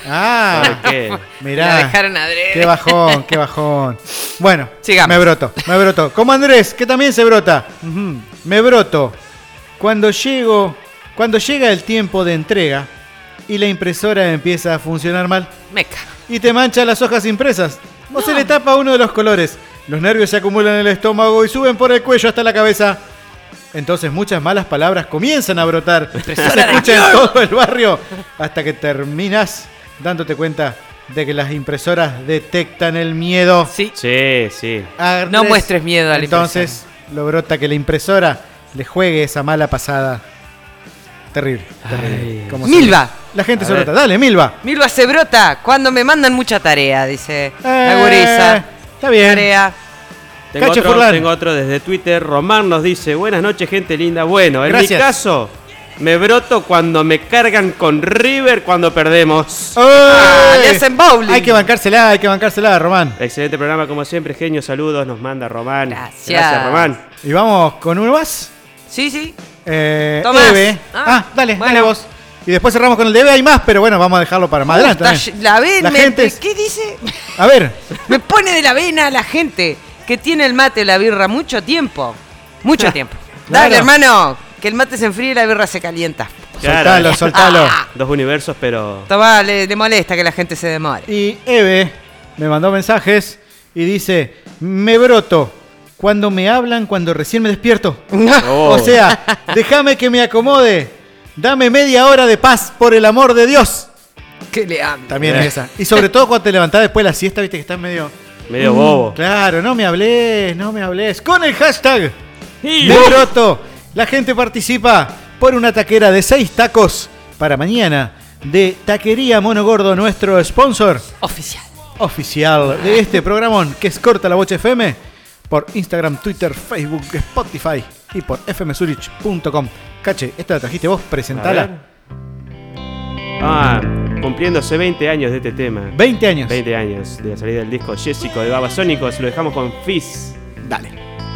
ah, ¿Por qué? mirá. La dejaron adrede. Qué bajón, qué bajón. Bueno, Sigamos. me broto, me broto. Como Andrés, que también se brota. Ujú, me broto. Cuando llego, cuando llega el tiempo de entrega y la impresora empieza a funcionar mal Meca. y te mancha las hojas impresas o se le tapa uno de los colores. Los nervios se acumulan en el estómago y suben por el cuello hasta la cabeza. Entonces muchas malas palabras comienzan a brotar. Se escucha en todo el barrio hasta que terminas dándote cuenta de que las impresoras detectan el miedo. Sí. Sí, sí. Andrés, No muestres miedo a la Entonces lo brota que la impresora le juegue esa mala pasada. Terrible. terrible. Como Milva. se- La gente A se ver. brota. Dale, Milva. Milva se brota cuando me mandan mucha tarea, dice la Eh, gurisa. Está bien. Tarea. Tengo Cacho otro, Furlan. tengo otro desde Twitter. Román nos dice: buenas noches, gente linda. Bueno, en Gracias. mi caso, me broto cuando me cargan con River cuando perdemos. Ah, ¡Ey! le hacen bowling. Hay que bancársela, hay que bancársela, Román. Excelente programa, como siempre. Genio, saludos. Nos manda Román. Gracias. Gracias, Román. Y vamos con uno más. Sí, sí. Eh, Tomás. Eve. Ah, Ah, dale, bueno. dale vos. Y después cerramos con el de Eve. Hay más, pero bueno, vamos a dejarlo para más Uh, adelante. está también. ll- la ven, La me- gente es- ¿qué dice? A ver, Me pone de la vena la gente que tiene el mate o la birra mucho tiempo. Mucho tiempo. Claro. Dale, hermano, que el mate se enfríe y la birra se calienta. soltalo, soltalo. Ah. Dos universos, pero. Tomá, le, le molesta que la gente se demore. Y Eve me mandó mensajes y dice: me broto cuando me hablan cuando recién me despierto. Oh. O sea, déjame que me acomode. Dame media hora de paz, por el amor de Dios. ¿Qué le habla? También es esa. Y sobre todo cuando te levantás después de la siesta, viste que estás medio... medio bobo. Claro, no me hables, no me hables. Con el hashtag Y- Me broto. La gente participa por una taquera de seis tacos para mañana de Taquería Mono Gordo, nuestro sponsor Oficial. oficial de este programón que es Corta la Bocha F M, por Instagram, Twitter, Facebook, Spotify y por f m zurich punto com. Cache, esta la trajiste vos, A presentala. ver. Ah, cumpliéndose veinte años de este tema. veinte años. veinte años de la salida del disco Jessico de Babasónicos. Lo dejamos con Fizz. Dale.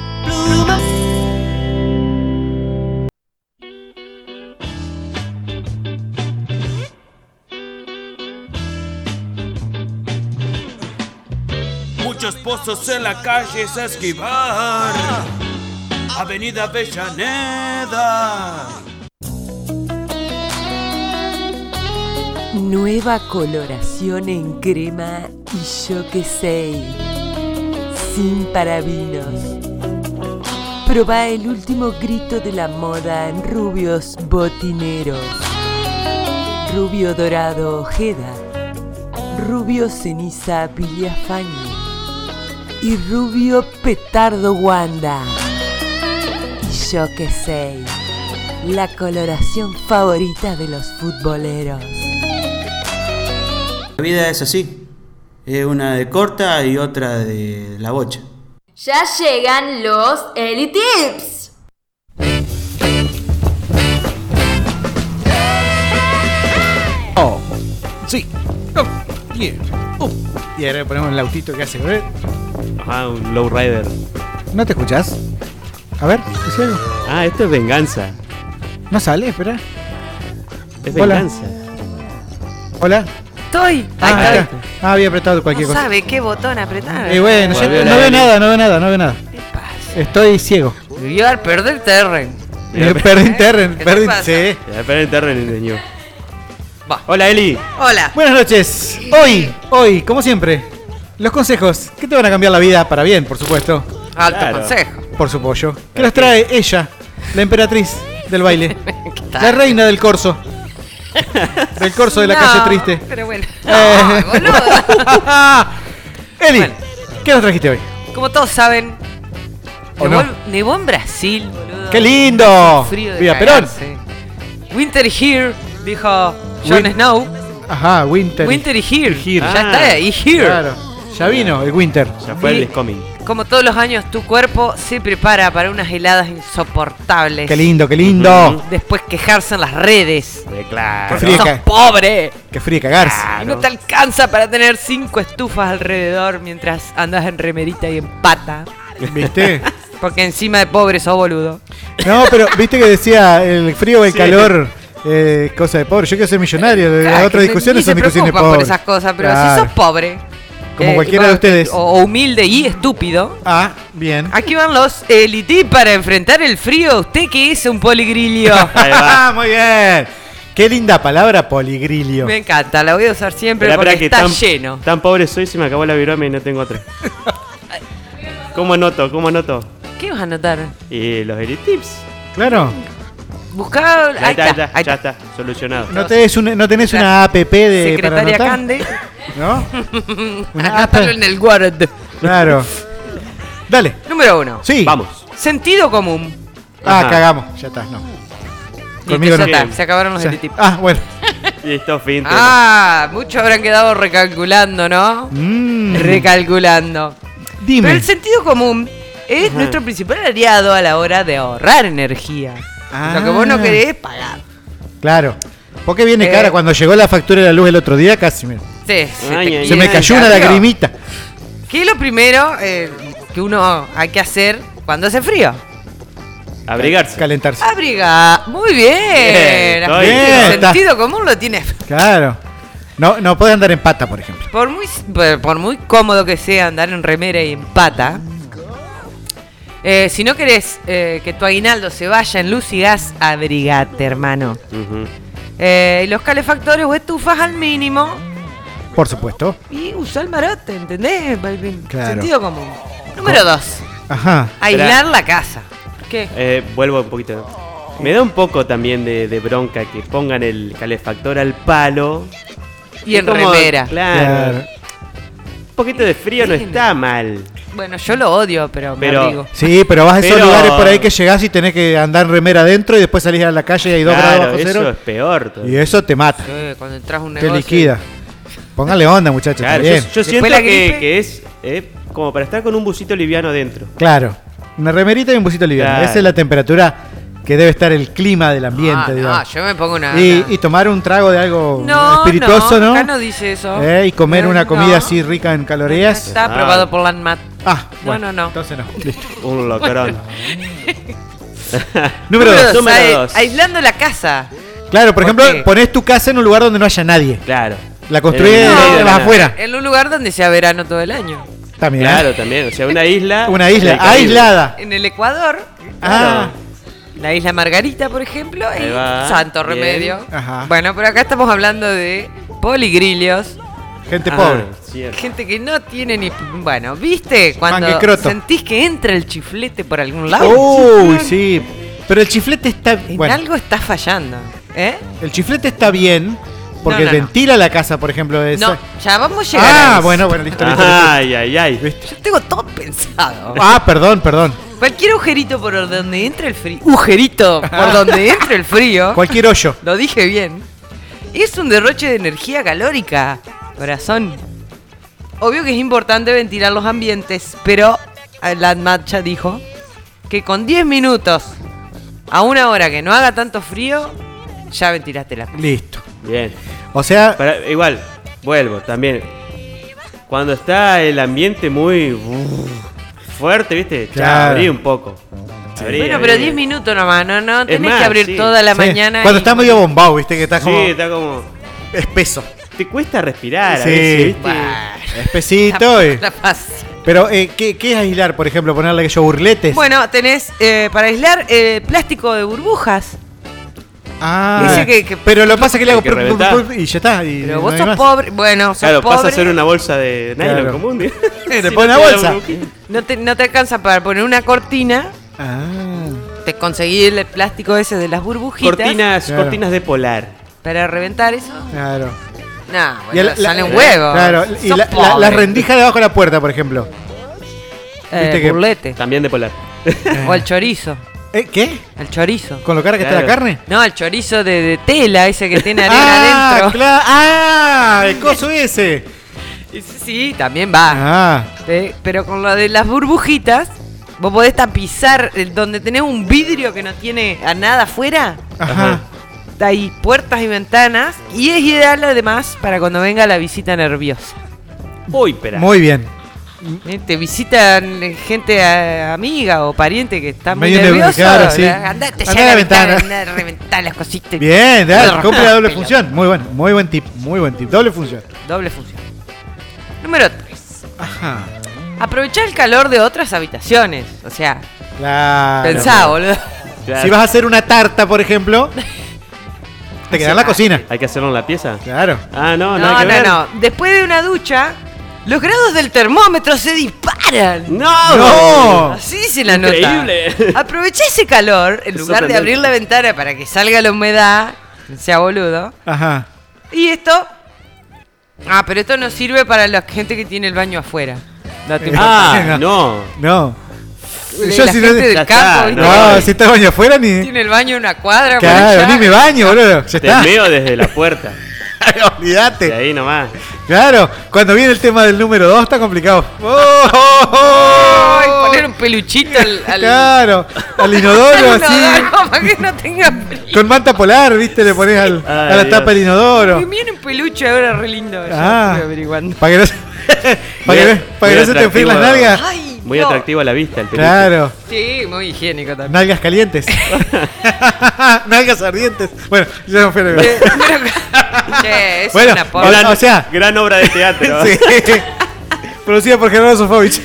Muchos pozos en la calle es esquivar. Avenida Avellaneda. Nueva coloración en crema y yo que sé, sin parabinos. Probá el último grito de la moda en rubios botineros. Rubio dorado Ojeda, rubio ceniza Villafañe y rubio petardo Wanda. Y yo que sé, la coloración favorita de los futboleros. La vida es así. Es una de corta y otra de la bocha. Ya llegan los Elitips. Oh, sí. Oh, yeah. Oh. Y ahora ponemos el autito que hace. A ver. Ajá, un lowrider. ¿No te escuchás? A ver, ¿dice algo? Ah, esto es venganza. No sale, espera. Es Hola. venganza. Hola. Estoy. Ah, Ahí acá. está. Ah, había apretado cualquier No cosa. sabe qué botón apretar. Y bueno, Volvió yo la no veo Eli. nada, no veo nada, no veo nada. ¿Qué pasa? Estoy ciego. Vivió al perder terreno. Eh, perdí terreno, ¿Qué te perdí. pasa? Sí. Ya, espera el terreno, niño. Va. Hola, Eli. Hola. Buenas noches. Hoy, hoy, como siempre, los consejos que te van a cambiar la vida para bien, por supuesto. Alto Claro. consejo. Por su pollo. ¿Qué nos trae ella, la emperatriz del baile? La reina del corso. Del corso de la No, calle triste. Pero bueno. Eh. No, boludo. Eli, Bueno. ¿qué nos trajiste hoy? Como todos saben, ¿O nevó, no? nevó en Brasil, boludo. ¡Qué lindo! Frío de Viva Perón. cagarse. Winter here, dijo Jon Win- Snow. Ajá, Winter. Winter is here. here. Ya Ah, está, y here. Claro. Ya vino el Winter. Ya fue Y- el Discoming. Como todos los años, tu cuerpo se prepara para unas heladas insoportables. Qué lindo, qué lindo. Después quejarse en las redes. Eh, claro. Qué frío. ¡Sos ca- pobre! Qué frío cagarse. Y no te alcanza para tener cinco estufas alrededor mientras andas en remerita y en pata. ¿Viste? Porque encima de pobre sos boludo. No, pero viste que decía el frío o el calor, eh, cosa de pobre. Yo quiero ser millonario. Las Claro, otras que discusiones ni son se discusiones de preocupan pobre. por esas cosas, pero Claro. si sos pobre. Como cualquiera de ustedes. O, o humilde y estúpido. Ah, bien. Aquí van los Elite para enfrentar el frío. ¿Usted qué es un poligrillo? Ahí va. Ah, muy bien. Qué linda palabra, poligrilio. Me encanta, la voy a usar siempre Esperá, porque esperá, que está tan, lleno. Tan pobre soy, se me acabó la virome y no tengo otra. ¿Cómo anoto? ¿Cómo anoto? ¿Qué vas a anotar? Y los Elite Tips. Claro. Buscá. Ya Ahí está, está, ya, ahí ya está. está, solucionado. ¿No, tenés una, no tenés una app de para Secretaria anotar? Cande. ¿No? Una app. Anótalo en el Word. Claro. Dale. Número uno. Sí. Vamos. Sentido común. Ah, Ajá. cagamos. Ya está, no. Listo, Conmigo ya no. está, se acabaron los O sea, Elite Tips. ah, bueno. Listo, fin. Ah, muchos habrán quedado recalculando, ¿no? Mm, Recalculando. Pero dime. el sentido común es Ajá. nuestro principal aliado a la hora de ahorrar energía. Ah. Lo que vos no querés pagar. Claro. ¿Por qué viene Eh. cara? Cuando llegó la factura de la luz el otro día, casi me, Sí, se, Ay, te ay, se me quiere cayó una el cambio. lagrimita. ¿Qué es lo primero eh, que uno hay que hacer cuando hace frío? Abrigarse. Calentarse. Abrigar. Muy bien. Bien, La estoy gente bien. de sentido común lo tiene. Claro. No, no puede andar en pata, por ejemplo. Por muy, por- por muy cómodo que sea andar en remera y en pata, eh, si no querés eh, que tu aguinaldo se vaya en luz y gas, abrigate, hermano. Ujú. Eh, y los calefactores o estufas al mínimo Por supuesto. y usa el marote, ¿entendés? Claro. Sentido común. Número dos, Ajá. aislar la casa. ¿Qué? Eh, vuelvo un poquito. Me da un poco también de, de bronca que pongan el calefactor al palo. Y en Es como- remera. Claro. Claro. Un poquito de frío no Bueno. está mal. Bueno, yo lo odio, pero, Pero- me abrigo. Sí, pero vas a esos Pero- lugares por ahí que llegás y tenés que andar en remera adentro y después salís a la calle y hay dos grados Claro, bajo eso cero. es peor. Y todavía. eso te mata. Eh, cuando entras a un Te negocio. liquida. Póngale onda, muchachos. Claro, está yo, bien. yo Después siento la que, gripe. que es eh, como para estar con un busito liviano dentro. Claro. Una remerita y un busito liviano. Claro. Esa es la temperatura que debe estar el clima del ambiente, Ah, no, digamos. yo me pongo una. Y, una- y tomar un trago de algo No, espirituoso, ¿no? acá no dice eso. Eh, y comer Eh, una comida no. así rica en calorías. Está Ah. aprobado por la ANMAT. Ah, No, bueno, no, no. Entonces no. Listo. Un locrón. Número dos. dos, Número ai- dos. Aislando la casa. Claro, por ¿Por ejemplo, qué? ponés tu casa en un lugar donde no haya nadie. Claro. La construís En el en medio de las la nada. afuera. En un lugar donde sea verano todo el año. También. Claro, también. O sea, una isla. Una isla del Caribe. aislada. En el Ecuador, Ah, la isla Margarita, por ejemplo, Ahí y va, santo bien. remedio. Ajá. Bueno, pero acá estamos hablando de poligrillos. gente Ah, pobre. cierto. Gente que no tiene ni. Bueno, ¿viste? Cuando Manguecroto. sentís que entra el chiflete por algún lado. Uy, sí. Pero el chiflete está. En Bueno, algo está fallando. ¿Eh? el chiflete está bien porque No, no, no. ventila la casa, por ejemplo. de No, esa- ya vamos a llegar a Ah, eso. bueno, bueno, listo, listo, listo. Ay, ay, ay. ¿Viste? Yo tengo todo pensado. Ah, perdón, perdón. Cualquier agujerito por donde entre el frío. Agujerito por donde entre el frío. Cualquier hoyo. Lo dije bien. Es un derroche de energía calórica, corazón. Obvio que es importante ventilar los ambientes, pero la ANMAT ya dijo que con diez minutos a una hora que no haga tanto frío, ya ventilaste la. Listo. Bien. O sea, Para- igual, vuelvo también. Cuando está el ambiente muy uh, fuerte, ¿viste? Ya, Claro. abrí un poco. Abrí, Bueno, abrí. pero diez minutos nomás, no, no tenés más, que abrir sí. toda la sí, mañana. cuando y- está medio bombado, viste, que está Sí, como está como. espeso. Te cuesta respirar, a Sí. veces, ¿viste? Bah, Espesito. y- la fácil. Pero, eh, ¿qué, ¿qué es aislar, por ejemplo? Ponerle aquellos burletes. Bueno, tenés eh, para aislar eh, plástico de burbujas. Ah, Ese que- que- pero lo que pasa es que le hago Hay que prup, prup, reventar. prup, y ya está. Y Pero no vos hay sos más. pobre. Bueno, sos Claro, pobre. pasa a ser una bolsa de nylon Claro. común. Eh, le Si pone no una te da bolsa. burbujita. No te, no te alcanza para poner una cortina. Ah, Te conseguí el plástico ese de las burbujitas. Cortinas, Claro. cortinas de polar. Para reventar eso. claro. No, Y bueno, la- la- sale un la- huevo. Claro, y Sos la, la, pobre. la rendija debajo de la puerta, por ejemplo. Eh, viste que- burlete. También de polar. O el chorizo. ¿Eh, ¿Qué? El chorizo. ¿Con lo cara que está la Claro. carne? No, el chorizo de, de tela, ese que tiene arena Ah, adentro. claro. Ah, el coso ese. Ese sí, también va. Ah, Eh, Pero con lo de las burbujitas, vos podés tapizar el- donde tenés un vidrio que no tiene a nada afuera. ajá. Hay puertas y ventanas. Y es ideal además para cuando venga la visita nerviosa. Uy, espera. Muy bien. ¿Eh? Te visitan eh, gente eh, amiga o pariente que está muy Medio nervioso. nervioso, claro, sí. Andate ya Andá a a la la ventana. ventana. Andá a reventar las cositas. Bien, dale, No, compre la doble pelota. función. Muy bueno, muy buen tip, muy buen tip. Doble función. Doble función. Número tres. Ajá. Aprovechar el calor de otras habitaciones. O sea, Claro. pensá, boludo. Claro. Si vas a hacer una tarta, por ejemplo, te queda en la cocina. ¿Hay que hacerlo en la pieza? Claro. Ah, no, no, No, hay que no, ver. no. Después de una ducha, los grados del termómetro se disparan. ¡No! ¡No! Así dice la nota. Increíble. Aproveché ese calor en Es lugar de sorprendente. abrir la ventana para que salga la humedad. Sea boludo. Ajá. Y esto. Ah, pero esto no sirve para la gente que tiene el baño afuera. Date un Ah, no. No. De Yo la si gente no. del Ya campo, está, ¿viste? No, no. si estás baño afuera ni. Tiene el baño en una cuadra. por Claro, allá. ni me baño, boludo. Ya Te está. meo desde la puerta. De Olvídate. ahí nomás. Claro, cuando viene el tema del número dos está complicado. ¡Oh, oh, oh! Ay, poner un peluchito al. al Claro, al inodoro al así. inodoro para que no tenga frío. Con manta polar, viste, le pones al, Ay, a la Dios. tapa del inodoro. Me viene un peluche ahora re lindo. Ya Ah, estoy averiguando. para que no, se- para que, no- para que no se te enfríen las atractivo. nalgas. Ay, Muy no. atractivo a la vista el peluche. Claro, Sí, muy higiénico también. nalgas calientes. Nalgas ardientes. Bueno, ya no fue a Eh, pero- Che, es Bueno, una porra. Gran- o sea- gran obra de teatro. Sí. Producida por Gerardo Sofovich.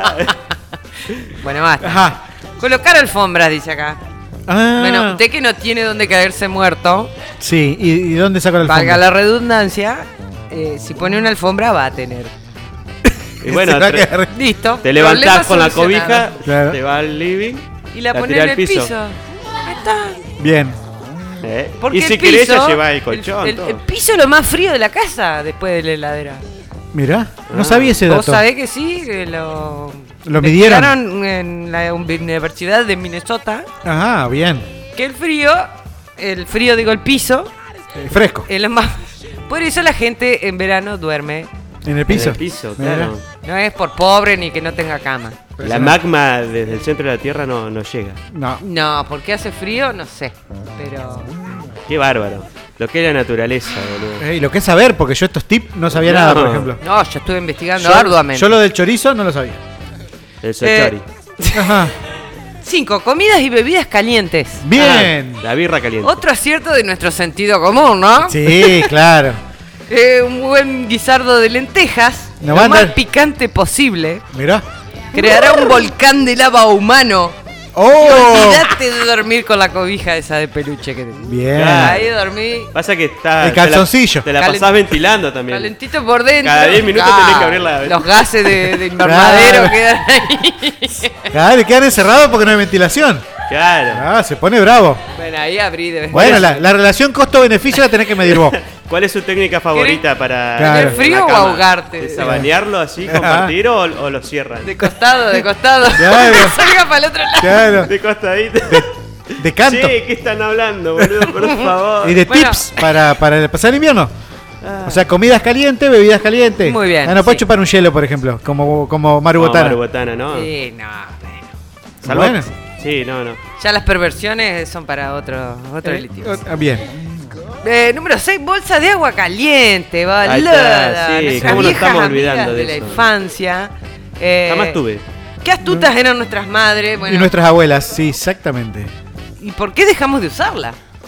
Bueno, basta. Ajá. Colocar alfombras, dice acá. Ah, Bueno, usted que no tiene donde caerse muerto, sí, ¿y, y dónde saca la valga alfombra? la redundancia, eh, si pone una alfombra va a tener. Y bueno, Se va a tre- quedar- Listo. te problema levantás con la solucionado. cobija, Claro. te vas al living Y la la pones tirás en al el piso. piso. Ahí está. Bien. ¿eh? Porque Y si el querés piso, ya llevás el colchón. el, todo. el piso es lo más frío de la casa después de la heladera. Mirá, no Ah. sabía ese Vos dato. sabés que sí, que lo, ¿Lo midieron? investigaron en la Universidad de Minnesota, Ajá, bien. que el frío, el frío digo el piso, Eh, Fresco. es lo más... Por eso la gente en verano duerme. En el piso. En el piso, Mirá. claro. No es por pobre ni que no tenga cama. La magma desde el centro de la Tierra no, no llega. No. No, porque hace frío, no sé. Pero... Qué bárbaro. Lo que es la naturaleza, boludo. Eh, y lo que es saber, porque yo estos tips no sabía No. nada, por ejemplo. No, yo estuve investigando Yo, arduamente. yo lo del chorizo no lo sabía. El sochori. Ajá. Cinco, comidas y bebidas calientes. Bien. Ah, la birra caliente. Otro acierto de nuestro sentido común, ¿no? Sí, claro. Eh, un buen guisardo de lentejas, No lo va a más andar- picante posible, Mirá. creará un volcán de lava humano. Y ¡Oh! olvídate de dormir con la cobija esa de peluche que tenés. Bien. Ahí dormí Pasa que está. El te la- calzoncillo. Te la, Calent- pasás ventilando también. calentito por dentro. Cada diez minutos Ah, tenés que abrir la- Los gases de, de invernadero Claro. quedan ahí. Claro, y quedan encerrados porque no hay ventilación. Claro. Ah, se pone bravo. Bueno, ahí abrí de vez en Bueno, cuando. la, la relación costo-beneficio la tenés que medir vos. ¿Cuál es su técnica favorita para. Claro. ¿Tener frío en la o cama? ahogarte? ¿Es bañarlo así, compartir o, o lo cierran? De costado, de costado. Claro. Salga para el otro lado. Claro. De costadito. De canto. Che, ¿qué están hablando, boludo? Por favor. Y de Bueno. tips para, para pasar el invierno. O sea, comidas calientes, bebidas calientes. Muy bien, Ah, no puedes sí. chupar un hielo, por ejemplo, como, como Maru No, Botana. Maru Botana, ¿no? Sí, no, bueno. Salvo- Bueno. Sí, no, no. Ya las perversiones son para otro, otro Eh, delito. ah, bien. Eh, número seis, bolsa de agua caliente, Ahí está, boluda. sí, Nuestras cómo nos viejas estamos amigas olvidando de de la eso. infancia. Eh, Jamás tuve. Qué astutas eran nuestras madres. Bueno, Y nuestras abuelas, sí, exactamente. ¿y por qué dejamos de usarla?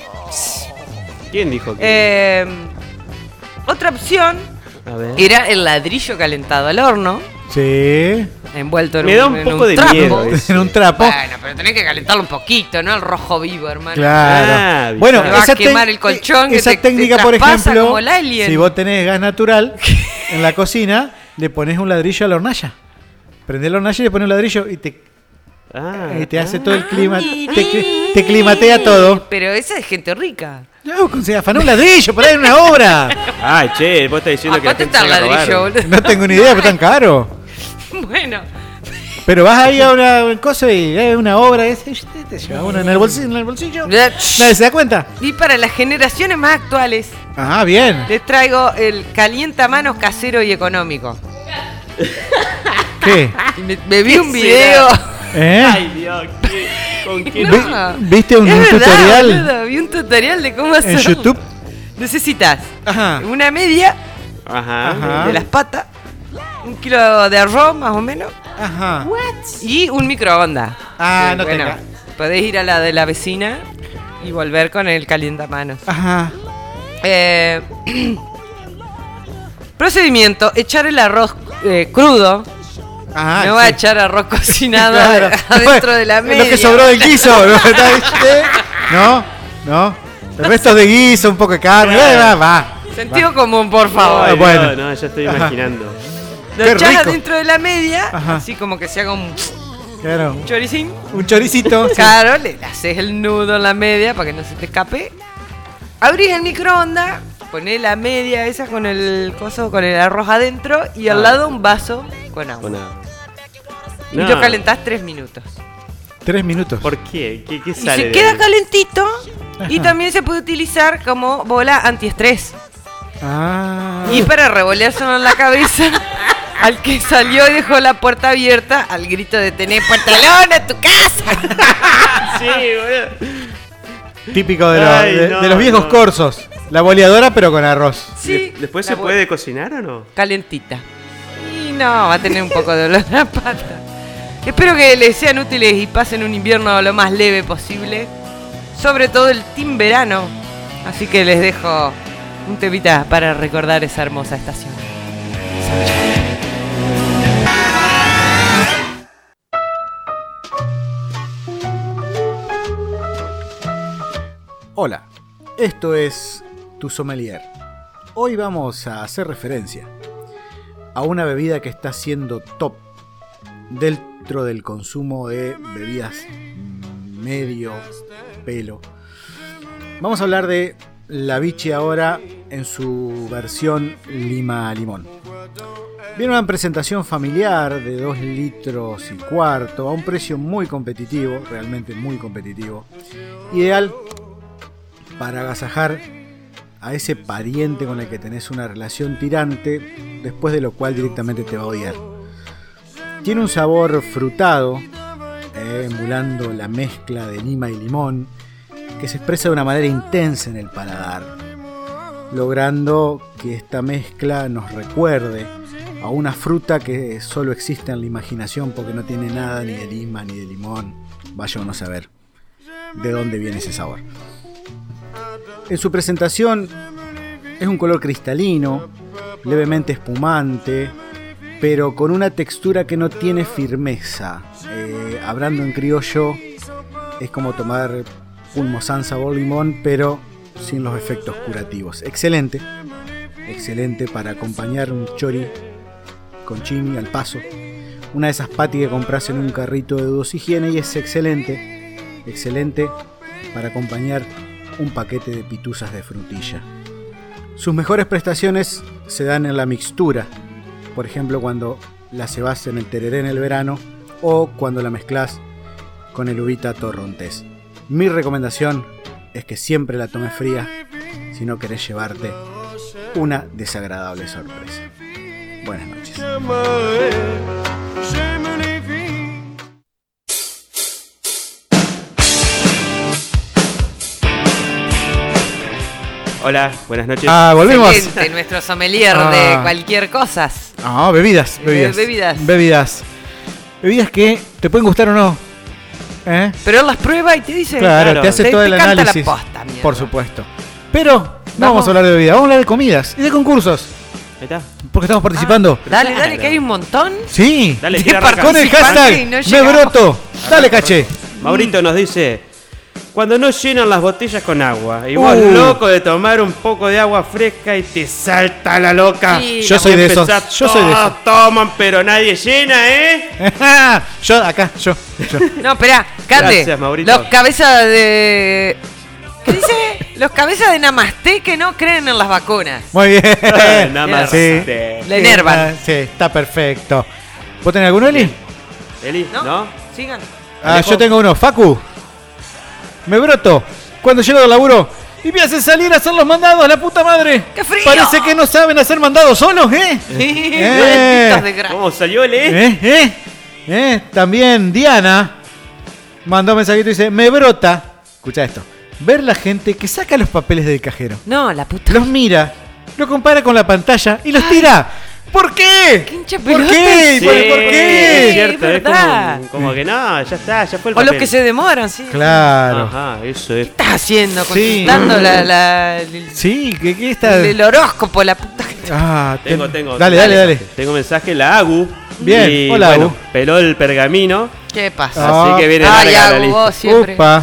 ¿Quién dijo que.? Eh, otra opción A ver. era el ladrillo calentado al horno. Sí. envuelto en Me un, da un en poco un de trapo. miedo eso. En un trapo. Bueno, pero tenés que calentarlo un poquito, ¿no? El rojo vivo, hermano. Claro. Ah, bueno, te va a esa, quemar tec- el colchón, que esa te- te técnica, por traspasa ejemplo, como el alien. si vos tenés gas natural en la cocina, le pones un ladrillo a la hornalla. Prendés la hornalla y le pones un ladrillo y te, Ah, y te hace todo el Ah, clima. Te, cli- te climatea todo. Pero esa es gente rica. No, se afanó un ladrillo para ir a una obra. Ay, che, vos estás diciendo ¿A que la cuánto gente está el se va a robar. ladrillo, boludo? No tengo ni idea, pero tan caro. Bueno. Pero vas ahí a una cosa y es una obra, es, te lleva uno en el bolsillo, en el bolsillo. Nadie se da cuenta. Y para las generaciones más actuales, Ah, bien. les traigo el calientamanos casero y económico. ¿Qué? Me, me vi ¿Qué un video. ¿Eh? Ay, Dios, ¿qué? ¿Con qué? No. Vi- ¿Viste un, Es un verdad, tutorial boludo, vi un tutorial de cómo hacer. en YouTube? Necesitas Ajá. una media Ajá. Ajá. de las patas, un kilo de arroz más o menos, Ajá. y un microondas. Ah, Sí, no bueno, tenga. podés ir a la de la vecina y volver con el calientamanos. Ajá. Eh, procedimiento: echar el arroz eh, crudo. Ah, no va a sí. echar arroz cocinado Claro. adentro de la media. Lo que sobró del guiso, ¿no? ¿Viste? No, no. El resto de guiso, un poco de carne. Claro. eh, Va, va. Sentido común, por favor. Ay, Ah, bueno. no, no, ya estoy Ajá. imaginando. Lo Qué echás rico. adentro de la media, Ajá. así como que se haga un Claro. choricín. Un choricito. sí. Claro, le haces el nudo en la media para que no se te escape. Abrís el microondas, ponés la media esa con el coso, con el arroz adentro y al Ah. lado un vaso con agua. Con nada. Y No. lo calentás tres minutos. Tres minutos. ¿Por qué? ¿Qué, qué Y sale? se de queda ahí? calentito y Ajá. también se puede utilizar como bola antiestrés. Ah. Y para revoleárselo en la cabeza al que salió y dejó la puerta abierta al grito de tener pantalón a tu casa. Sí, boludo. Típico de, los- Ay, de- no, de los viejos no. corsos. La boleadora, pero con arroz. Sí, De- ¿Después la se bo- puede cocinar o no? calentita. Y no, va a tener un poco de dolor en la pata. Espero que les sean útiles y pasen un invierno lo más leve posible. Sobre todo el team verano. Así que les dejo un temita para recordar esa hermosa estación. Hola, esto es Tu Sommelier. Hoy vamos a hacer referencia a una bebida que está siendo top dentro del consumo de bebidas medio pelo. Vamos a hablar de la Vichy ahora en su versión lima limón. Viene una presentación familiar de dos litros y cuarto a un precio muy competitivo, realmente muy competitivo. Ideal para agasajar a ese pariente con el que tenés una relación tirante, después de lo cual directamente te va a odiar. Tiene un sabor frutado, eh, emulando la mezcla de lima y limón, que se expresa de una manera intensa en el paladar, logrando que esta mezcla nos recuerde a una fruta que solo existe en la imaginación porque no tiene nada ni de lima ni de limón. Vaya uno a saber de dónde viene ese sabor. En su presentación es un color cristalino, levemente espumante, pero con una textura que no tiene firmeza. Eh, hablando en criollo, es como tomar pulmosán sabor limón, pero sin los efectos curativos. Excelente, excelente para acompañar un chori con chimi al paso. Una de esas patis que compras en un carrito de Dudos Higiene y es excelente, excelente para acompañar un paquete de pituzas de frutilla. Sus mejores prestaciones se dan en la mixtura, por ejemplo cuando la cebás en el tereré en el verano o cuando la mezclas con el uvita torrontés. Mi recomendación es que siempre la tomes fría si no querés llevarte una desagradable sorpresa. Buenas noches. Hola, buenas noches. Ah, volvemos. Excelente, nuestro sommelier Ah. de cualquier cosas. Ah, bebidas, bebidas. Eh, bebidas. Bebidas. Bebidas que te pueden gustar o no. ¿Eh? Pero él las prueba y te dice. Claro, Claro. te hace Te- todo te el canta la análisis. posta, mierda. Por supuesto. Pero no vamos. Vamos. a hablar de bebidas, vamos a hablar de comidas y de concursos. Ahí está. Porque estamos participando. Ah, dale, dale, que hay un montón. Sí. Dale, de tira, arranca. Con el hashtag no me llegamos. broto. Dale, caché. Maurito nos dice: cuando no llenan las botellas con agua y vos Uh. loco de tomar un poco de agua fresca y te salta la loca. Sí. Yo soy de esos. Empezás, Yo soy de todos esos. toman, pero nadie llena, ¿eh? Yo, acá, yo. yo. No, espera, Cande. Gracias, Maurito. Los cabezas de. ¿Qué dice? Los cabezas de Namaste que no creen en las vacunas. Muy bien. Nada más. Sí. Le enervan. Sí, está perfecto. ¿Vos tenés alguno, Eli? Eli, ¿No? ¿no? Sigan. Ah, Alejo. yo tengo uno. Facu. Me broto. Cuando llego del laburo y me hacen salir a hacer los mandados, la puta madre. ¡Qué frío! Parece que no saben hacer mandados solos, ¿eh? Sí, Eh. malditos de gra- ¿Cómo salió el E? ¿Eh? ¿Eh? ¿Eh? También Diana mandó un mensajito y dice, me brota, escucha esto, ver la gente que saca los papeles del cajero. No, la puta. Los mira, lo compara con la pantalla y los tira. ¿Por qué? ¿Qué hincha ¿Por pelota qué? es ¿Por, ese? por Es qué? cierto, es verdad. como, como que no, ya está, ya fue el O los papel. que se demoran, sí. Claro. Ajá, eso es. ¿Qué estás haciendo? Sí. Consultando la, la- el, Sí, ¿qué, qué está? el horóscopo, la puta. Ah, ten- Tengo, tengo. Dale, dale, dale. Tengo mensaje, la Agu. Bien, Y, hola, bueno, Agu. peló el pergamino. ¿Qué pasa? Ah. Así que viene Ay, larga la Agu, lista. vos siempre. Upa.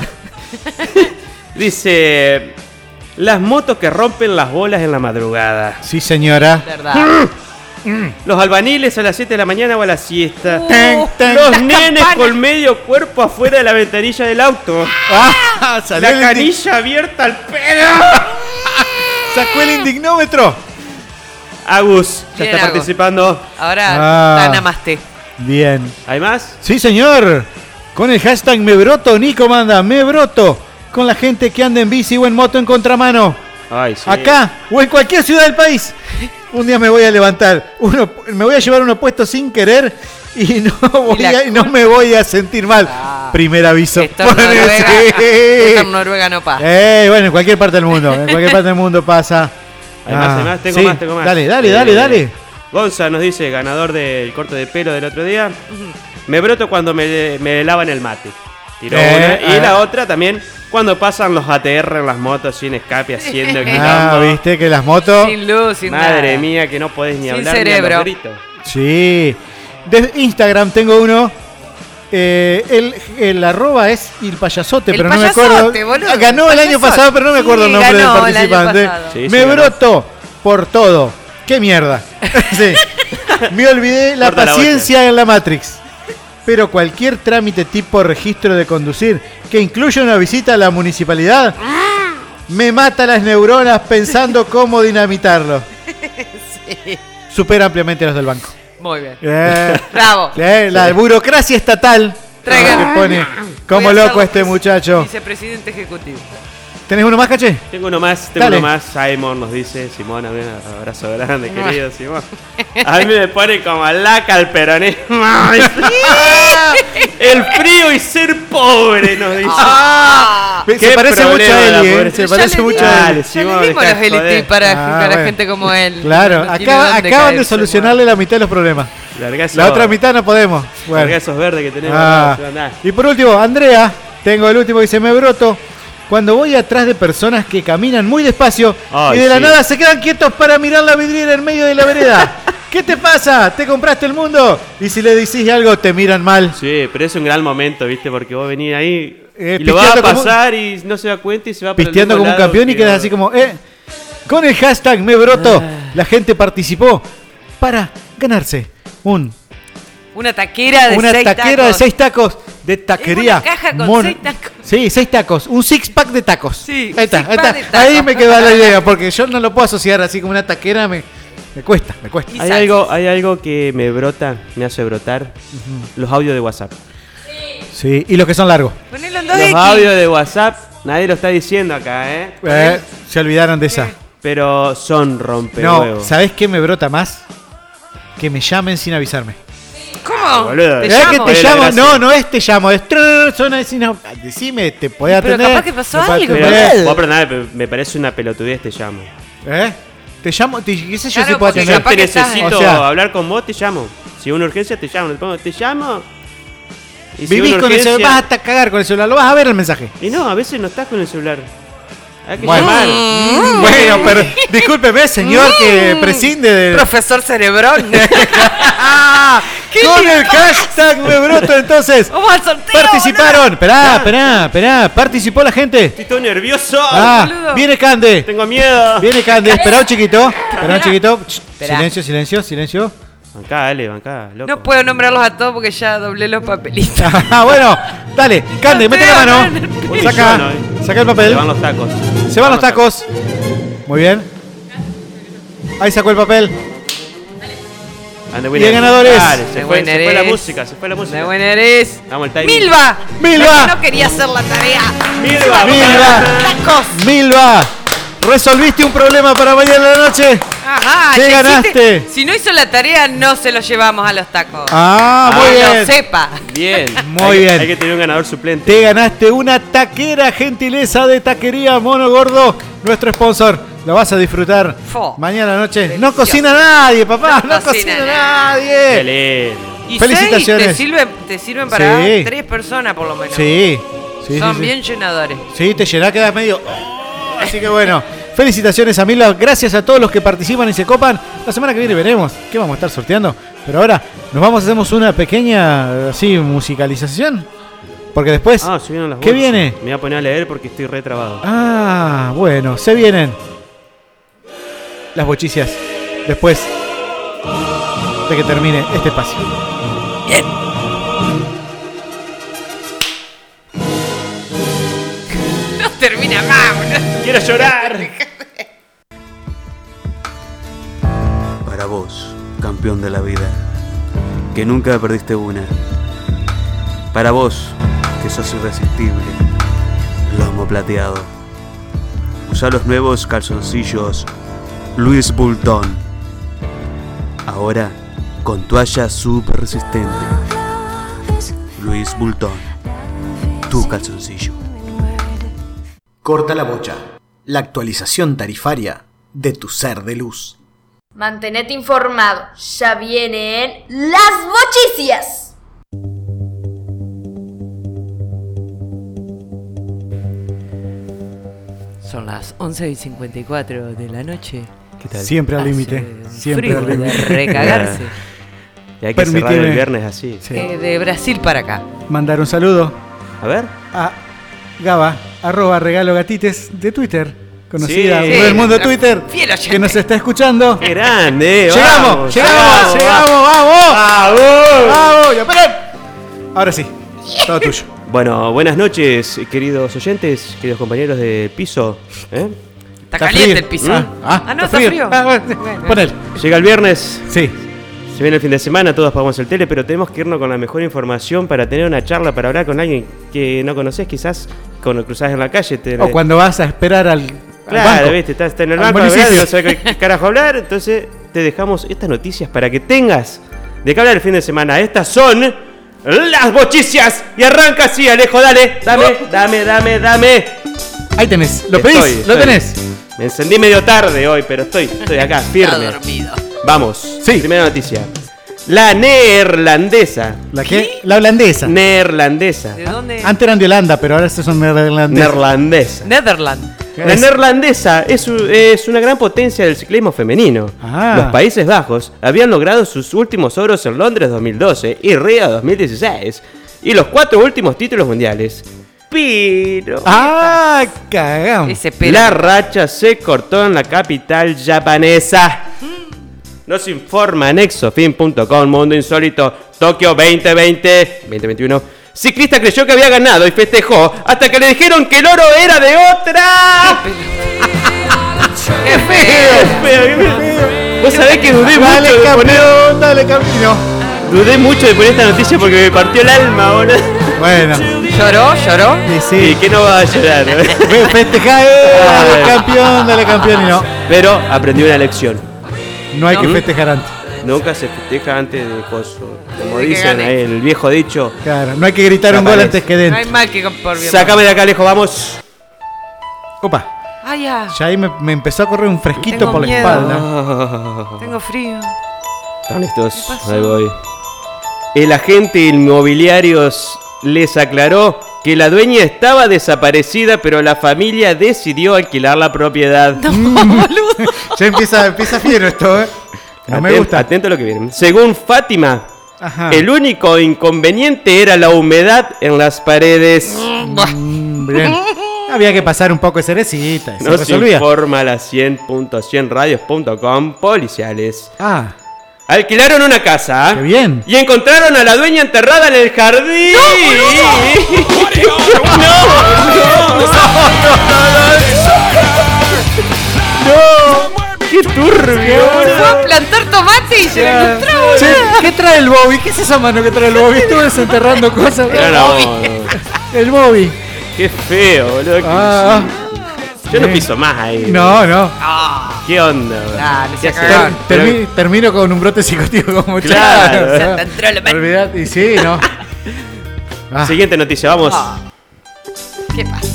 Dice: las motos que rompen las bolas en la madrugada. Sí, señora. Verdad. Los albaniles a las siete de la mañana o a la siesta. Ten, ten. Los Las nenes campanas. con medio cuerpo afuera de la ventanilla del auto. Ah, salió La el indi- canilla abierta al pedo. Sacó el indignómetro. Agus, ya Bien, está Agu. participando. Ahora Ah. está Namaste. Bien. ¿Hay más? Sí, señor. Con el hashtag me broto, Nico manda, me broto. Con la gente que anda en bici o en moto en contramano. Ay, sí. Acá o en cualquier ciudad del país. Un día me voy a levantar. Uno, me voy a llevar uno puesto sin querer y no, voy la a- y no me voy a sentir mal. Ah. Primer aviso. Esto en Pone- Noruega, sí. esto en Noruega no pasa. Eh, bueno, en cualquier parte del mundo. En cualquier parte del mundo pasa. Hay más, Ah, hay más, tengo sí. más, tengo más. Dale, dale, dale, Eh, dale. Gonza nos dice, ganador del corte de pelo del otro día. Me broto cuando me, me lavan el mate. Tiró Eh, una. Y ah. la otra también, cuando pasan los A T R en las motos sin escape haciendo Ah, quilombo. viste que las motos. Sin luz, sin nada. Madre mía, que no podés ni Sin hablar ni a cerebro. los gritos. Sí. De Instagram tengo uno. Eh, el, el arroba es el payasote, El pero no me payasote, acuerdo. boludo, Ganó el año payasote. pasado, pero no me acuerdo Sí, el nombre del ganó el año participante. pasado. Sí, sí, me ganó. broto por todo. ¡Qué mierda! Sí. Me olvidé la Corta la paciencia en la Matrix. Pero cualquier trámite tipo registro de conducir que incluya una visita a la municipalidad me mata las neuronas pensando cómo dinamitarlo. Sí. Supera ampliamente a los del banco. Muy bien. Eh, Bravo. eh, la burocracia estatal Traigan. que pone como Voy a loco ser este muchacho. Vicepresidente ejecutivo. ¿Tenés uno más, Caché? Tengo uno más, tengo Dale. uno más. Simon nos dice, Simón, a mí un abrazo grande, querido Simón. A mí me pone como laca el peronismo. El frío y ser pobre, nos dice. Ah, Se qué parece mucho problema a la Eli, ¿eh? pobreza. Se ya parece le mucho dimos- a Dale, Eli. ya Simón, le dimos dejá los de L T joder. para, Ah, para bueno. gente como él. Claro, No tiene acaba- dónde acaban de caerse, solucionarle la mitad de los problemas. Larga esos, La otra mitad no podemos. Bueno. larga esos verdes que tenemos. Ah. Andá. Y por último, Andrea, tengo el último que dice, me broto cuando voy atrás de personas que caminan muy despacio Ay, y de la sí. nada se quedan quietos para mirar la vidriera en medio de la vereda. ¿Qué te pasa? ¿Te compraste el mundo? Y si le decís algo, te miran mal. Sí, pero es un gran momento, ¿viste? Porque vos venís ahí Eh, y lo vas a pisteando como- pasar y no se da cuenta y se va por el Pisteando mismo como un lado campeón y que- quedas así como, eh. Con el hashtag me broto, la gente participó para ganarse un, Una taquera de una seis taquera tacos. de seis tacos de taquería. Es una caja con mono- seis tacos. Sí, seis tacos. Un six pack de tacos. Sí, ahí está, six ahí, pack está. de tacos. Ahí me quedó la idea, porque yo no lo puedo asociar así como una taquera, me, me cuesta, me cuesta. Y Hay salsas. algo, hay algo que me brota, me hace brotar. Los audios de WhatsApp. Sí, y los que son largos. Ponelo en dos Los X. audios de WhatsApp, nadie lo está diciendo acá, ¿eh? Eh, se olvidaron de esa. Pero son No, rompehuevos. ¿sabés qué me brota más? Que me llamen sin avisarme. ¿Cómo? Boludo. Te ¿Es que llamo. te Es la llamo? gracia. No, no es te llamo, es trrr, suena así, no. Decime, te podés Pero atender. capaz que pasó te podés algo, atender. Pero, vos, pero nada, pero me parece una pelotudez, te llamo. ¿Eh? Te llamo, te, qué sé yo Claro, si puedo porque Si atender. yo capaz te que estás- necesito O sea- hablar con vos, te llamo. Si hay una urgencia, te llamo. Te pongo, te llamo. Y si Vivís una con el celular, urgencia- vas hasta cagar con el celular, lo vas a ver el mensaje. Y no, a veces no estás con el celular. Hay que Bueno, llamar. mm, bueno, pero discúlpeme, señor, que prescinde de... Profesor Cerebrón. Con el hashtag me broto, entonces. Vamos al sorteo. Participaron. Esperá, esperá, esperá. Participó la gente. Estoy todo nervioso. Ah, boludo. viene Cande. Tengo miedo. Viene Cande. Esperá un chiquito. Esperá un chiquito. Ch, Esperá. Silencio, silencio, silencio. Bancá, dale, bancá, loco. No puedo nombrarlos a todos porque ya doblé los papelitos. Ah, bueno, dale, Cande, mete la mano. Uy, Saca, yo no, eh. saca el papel. Se van los tacos. Se van los tacos. Muy bien. Ahí sacó el papel. Ande, Y el ganadores. Dale, se, De fue, buen se fue la eres. música, se fue la música. De buena eres. Vamos al timing. Milva. Milva. La que no quería hacer la tarea. Milva, Milva. Tacos. Milva. Resolviste un problema para mañana en la noche. Ajá. ¿Qué ya ganaste? hiciste- Si no hizo la tarea, no se lo llevamos a los tacos. Ah, muy Que bien. lo sepa. Bien. Muy Hay que- bien. Hay que tener un ganador suplente. Te ganaste una taquera, gentileza de Taquería Mono Gordo, nuestro sponsor. Lo vas a disfrutar Fo. mañana noche. Delicioso. No cocina nadie, papá. No, No cocina cocina nadie. Qué nadie. lindo. Y Felicitaciones. seis te sirven, te sirven para Sí. tres personas por lo menos. Sí. Sí, Son sí, sí. bien llenadores. Sí, te llenás, quedas medio. oh, Así que bueno. Felicitaciones a Milva. Gracias a todos los que participan y se copan. La semana que viene veremos qué vamos a estar sorteando. Pero ahora nos vamos, hacemos una pequeña así musicalización. Porque después. Ah, subieron las ¿Qué bolsas. viene? Me voy a poner a leer porque estoy retrabado. Ah, bueno, se vienen las bochicias después de que termine este espacio. No termina más, boludo. ¡Quiero llorar! Para vos, campeón de la vida, que nunca perdiste una. Para vos, que sos irresistible, lomo plateado. Usa los nuevos calzoncillos Louis Vuitton. Ahora, con toalla super resistente. Louis Vuitton, tu calzoncillo. Corta la bocha. La actualización tarifaria de tu ser de luz. Mantenete informado. Ya vienen las bochicias. Son las once y cincuenta y cuatro de la noche. ¿Qué tal? Siempre al Hace límite. Siempre frío al de límite. recagarse. Y hay que cerrar Permitime. el viernes así. Sí. Eh, de Brasil para acá. Mandar un saludo A ver. a Gaba, arroba regalo gatites de Twitter. Conocida Sí. en todo el mundo de Sí, Twitter. fiel oyente. Que nos está escuchando. ¡Qué grande! Llegamos, vamos, llegamos, llegamos, vamos. ¡Vamos! Vamos, ya, esperen. Ahora sí, todo tuyo. Bueno, buenas noches, queridos oyentes, queridos compañeros de piso. ¿eh? Está, caliente el piso. Ah, ah, Ah, no, está frío. Ah, bueno, Bueno. Ponele. Llega el viernes, Sí. se viene el fin de semana, todos pagamos el tele, pero tenemos que irnos con la mejor información para tener una charla, para hablar con alguien que no conoces, quizás cuando cruzás en la calle. Te, O cuando vas a esperar al, al Claro, banco. viste, estás, estás en el Al banco, ¿verdad? municipio. No sabes qué carajo hablar, entonces te dejamos estas noticias para que tengas de qué hablar el fin de semana. Estas son las bochicias y arranca así, Alejo, dale, dame, dame, dame, dame. Ahí tenés, lo Estoy, pedís, lo estoy. tenés. Me encendí medio tarde hoy, pero estoy, estoy acá, firme. Está dormido. Vamos, Sí. primera noticia. La neerlandesa. ¿La qué? La holandesa. Neerlandesa. ¿De dónde? Antes eran de Holanda, pero ahora estos son neerlandeses. Neerlandesa. Netherland. La Es- neerlandesa es, u- es una gran potencia del ciclismo femenino. Ah. Los Países Bajos habían logrado sus últimos oros en Londres dos mil doce y Río dos mil dieciséis. Y los cuatro últimos títulos mundiales. Pero Ah, cagamos. Ese pelo. la racha se cortó en la capital japonesa. Nos informa en exofin punto com, Mundo Insólito, Tokio veinte veinte, veinte veintiuno. Ciclista creyó que había ganado y festejó hasta que le dijeron que el oro era de otra. ¡Qué feo! Vos sabés que dudé mucho Dale, de poner, campeón, dale, camino. dudé mucho de poner esta noticia porque me partió el alma, boludo. Bueno, ¿Lloró? ¿Lloró? y Y sí. que no va a llorar. Ve, festejá, eh, dale, campeón, dale, campeón. Y no, Pero aprendí una lección. no hay No. que festejar antes. Nunca se festeja antes de coso. Como De que dicen gane. ahí, el viejo dicho. Claro, no hay que gritar Ya un gol parece. antes que No hay dentro. mal que por bien. Sácame de acá, Alejo, vamos. Opa, Ah, ya. ya ahí me, me empezó a correr un fresquito Tengo por la miedo. espalda. Tengo frío. ¿Están listos? ¿Qué pasó? Ahí voy. El agente inmobiliario les aclaró que la dueña estaba desaparecida, pero la familia decidió alquilar la propiedad. No, boludo. Ya empieza, empieza fiero esto, ¿eh? No me Aten- gusta. Atento a lo que viene. Según Fátima, Ajá. el único inconveniente era la humedad en las paredes. Mm, bien. Había que pasar un poco de cerecita. Se Nos resolvía. informa la cien punto cien radios punto com policiales. Ah, Alquilaron una casa qué bien. y encontraron a la dueña enterrada en el jardín. ¡No! ¡Qué turbio! Fue a plantar tomate y se lo encontró, boludo. Che, ¿qué trae el Bobby? ¿Qué es esa mano que trae el Bobby? Estuve desenterrando cosas. No, no, no. El Bobby. ¡Qué feo, boludo! Ah, Yo no eh. piso más ahí. no, no. ¿Qué onda, boludo? Dale, ¿Qué se hace? cagaron. Pero- Termi- termino con un brote psicotivo como Claro. chavo. Se te entró la mano. Olvidate. Y sí, no. Ah, Siguiente noticia, vamos. Ah. ¿Qué pasó?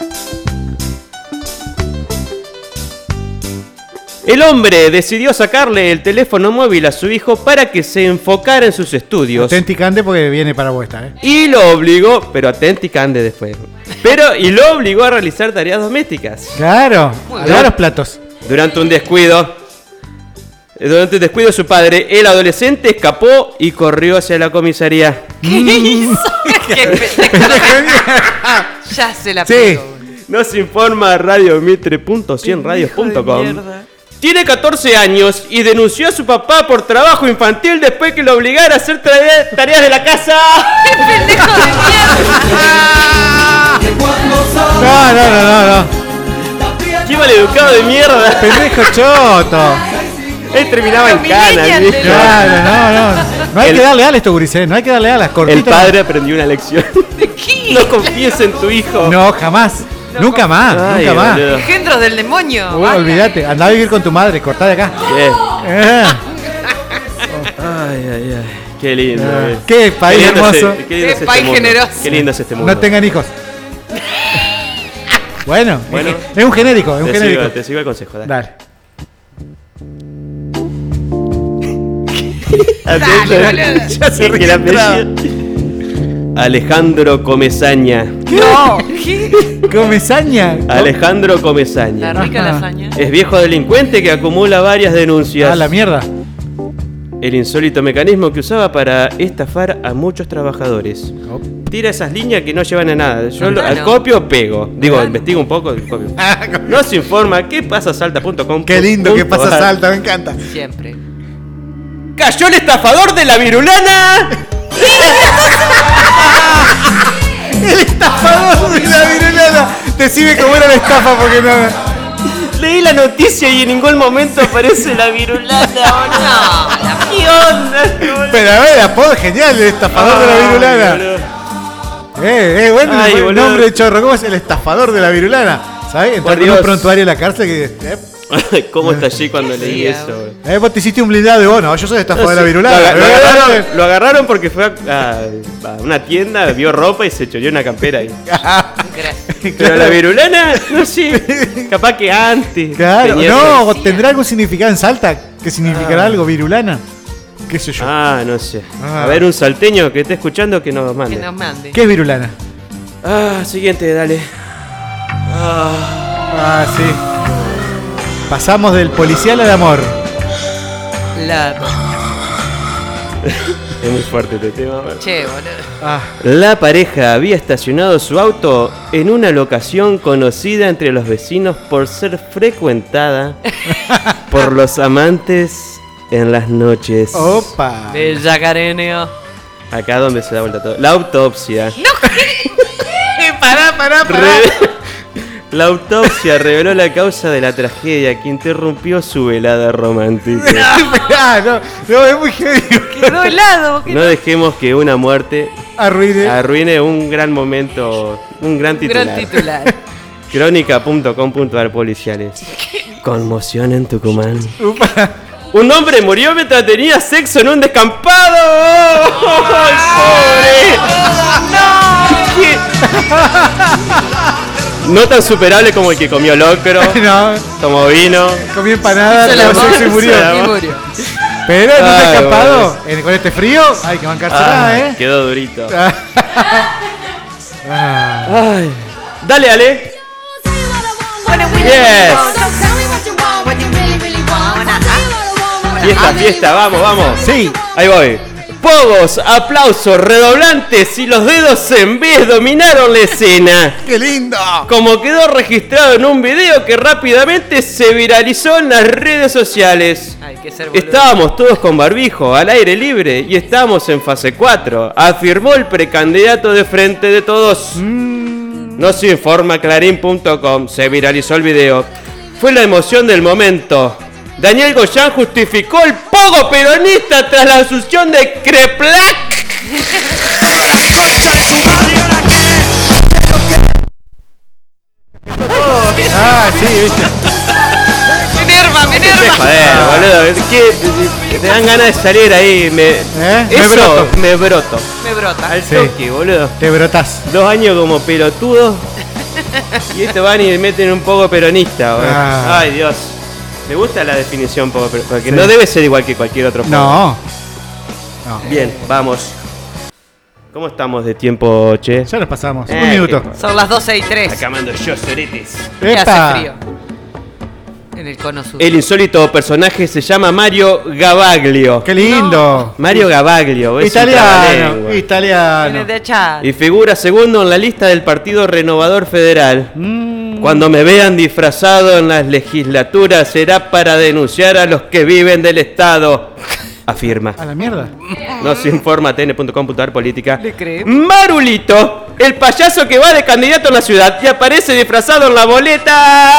El hombre decidió sacarle el teléfono móvil a su hijo para que se enfocara en sus estudios. auténticamente porque viene para vuestra, ¿eh? Y lo obligó, pero aténtica ande después. Pero, y lo obligó a realizar tareas domésticas. Claro. Muy A bien. lavar los platos. Durante un descuido, durante el descuido de su padre, el adolescente escapó y corrió hacia la comisaría. ¿Qué hizo? ¿Qué pendejo? Ya se la Sí. pegó, boludo. Nos informa radiomitre punto cien radios punto com. Mierda. Tiene catorce años y denunció a su papá por trabajo infantil después que lo obligara a hacer tarea- tareas de la casa. ¡Qué pendejo de mierda! No, no, no, no, no. ¡Qué maleducado de mierda! Pendejo choto. Él terminaba en Los cana. millennials ¿viste? de Claro, no, no. No hay El- que darle alas a estos gurises, no hay que darle alas. El Cortito. padre aprendió una lección. ¿De qué? No confíes en tu hijo. No, jamás. nunca más, Ay, nunca más. boludo. Engendros del demonio. Uy, vaya. olvídate, andá a vivir con tu madre, cortá de acá. Bien. Eh, Ay, ay, ay. Qué lindo. Ah, eh. qué país lindo es- hermoso. qué lindo Qué es este país mundo. generoso. Qué lindo es este mundo. no tengan hijos. Bueno, Bueno. es un genérico, es un Te genérico. sigo, te sigo el consejo. Dale. Dale. Atento. boludo. Ya se Es que el registraba. apellido- Alejandro Comesaña. No. ¿Qué? Comesaña. Alejandro La Comesaña. rica Ajá. lasaña. Es viejo delincuente que acumula varias denuncias. Ah, la mierda. El insólito mecanismo que usaba para estafar a muchos trabajadores. Tira esas líneas que no llevan a nada. Yo lo, Ah, al no. copio pego. Digo, Ah, no. investigo un poco. Copio. Nos informa qué pasa salta punto com. Qué lindo que pasa Salta, me encanta. Siempre. ¡Cayó el estafador de la virulana! El estafador de la virulana. Decime cómo era la estafa porque no. Leí la noticia y en ningún momento aparece la virulana. No, ¿Qué onda? Pero a ver, el apodo es genial, el estafador de la virulana. Boludo. Eh, eh, bueno, Ay, el boludo. nombre de chorro, ¿cómo es el estafador de la virulana? ¿Sabes? Entrar Por con un Dios. prontuario a la cárcel que. Eh, ¿Cómo estallé cuando leí hacía, eso? boludo? eh, vos te hiciste un blindado de vos, no, yo soy el estafador de la Lo, virulana. aga- lo Eh, agarraron, eh, lo agarraron porque fue a, a- a una tienda, vio ropa y se choreó una campera ahí. gracias. Pero la virulana, no sé, capaz que antes. Claro, tenía no, otra- tendrá algún significado en Salta. ¿Qué significará algo virulana? ¿Qué sé yo? Ah, no sé. Ah. A ver, un salteño que esté escuchando que nos Que mande. nos mande. ¿Qué es virulana? Ah, siguiente, dale. Ah, Ah, sí. Pasamos del policial al amor. La... es muy fuerte este tema. boludo. Che, boludo. Ah, La pareja había estacionado su auto en una locación conocida entre los vecinos por ser frecuentada por los amantes en las noches. opa. Del yacareneo. Acá donde se da vuelta todo. La autopsia. Pará, pará, Re- La autopsia reveló la causa de la tragedia que interrumpió su velada romántica. Esperá, no, no, es muy heavy. Quedó helado. ¿qué No dejemos que una muerte Arruine. arruine un gran momento, un gran titular. Gran titular. Crónica punto com punto ar policiales. Conmoción en Tucumán. Upa. Un hombre murió mientras tenía sexo en un descampado. ¡Ay, pobre! ¡No! No tan superable como el que comió locro, No, tomó vino. comí empanada, Se la tuvo sexo y amó, murió. se la Y amó. murió. Pero en un Ay, descampado, en- con este frío, hay que bancársela, Ah, ¿eh? quedó durito. Ah, Ay. Dale, Ale. Yes. Fiesta, fiesta, vamos, vamos. Sí. Ahí voy. Pogos, aplausos, redoblantes y los dedos en vez dominaron la escena. ¡Qué lindo! Como quedó registrado en un video que rápidamente se viralizó en las redes sociales. Hay que ser boludo. Estábamos todos con barbijo, al aire libre, y estábamos en fase cuatro, afirmó el precandidato de Frente de Todos. Mm. Nos informa clarín punto com, se viralizó el video. Fue la emoción del momento. Daniel Goyán justificó el pogo peronista tras la asunción de Creplac. Ah, sí, viste. Me enerva, me enerva. Joder, boludo, ¿qué? Te dan ganas de salir ahí. Me, ¿Eh? Eso, Me broto. Me broto. Me brota. Al Sí. toque, boludo. Te brotas. Dos años como pelotudo. Y estos van y me meten un poco peronista, boludo. Ah. Ay, Dios. Me gusta la definición poco peronista, porque Sí. no debe ser igual que cualquier otro pogo. No. No. Bien, vamos. ¿Cómo estamos de tiempo, che? Ya nos pasamos. Eh, Un minuto. qué- Son las doce y tres. Acá mando yo, soretes. Y hace ¡Epa! frío. En el cono sur. El insólito personaje se llama Mario Gavaglio. ¡Qué lindo! Mario Gavaglio, es un Italiano, trabalengua. italiano. Viene de allá. Y figura segundo en la lista del Partido Renovador Federal. Mm. Cuando me vean disfrazado en las legislaturas será para denunciar a los que viven del Estado, afirma. A la mierda. Nos informa T N punto com punto a r política. ¿Le cree? Marulito, el payaso que va de candidato en la ciudad y aparece disfrazado en la boleta.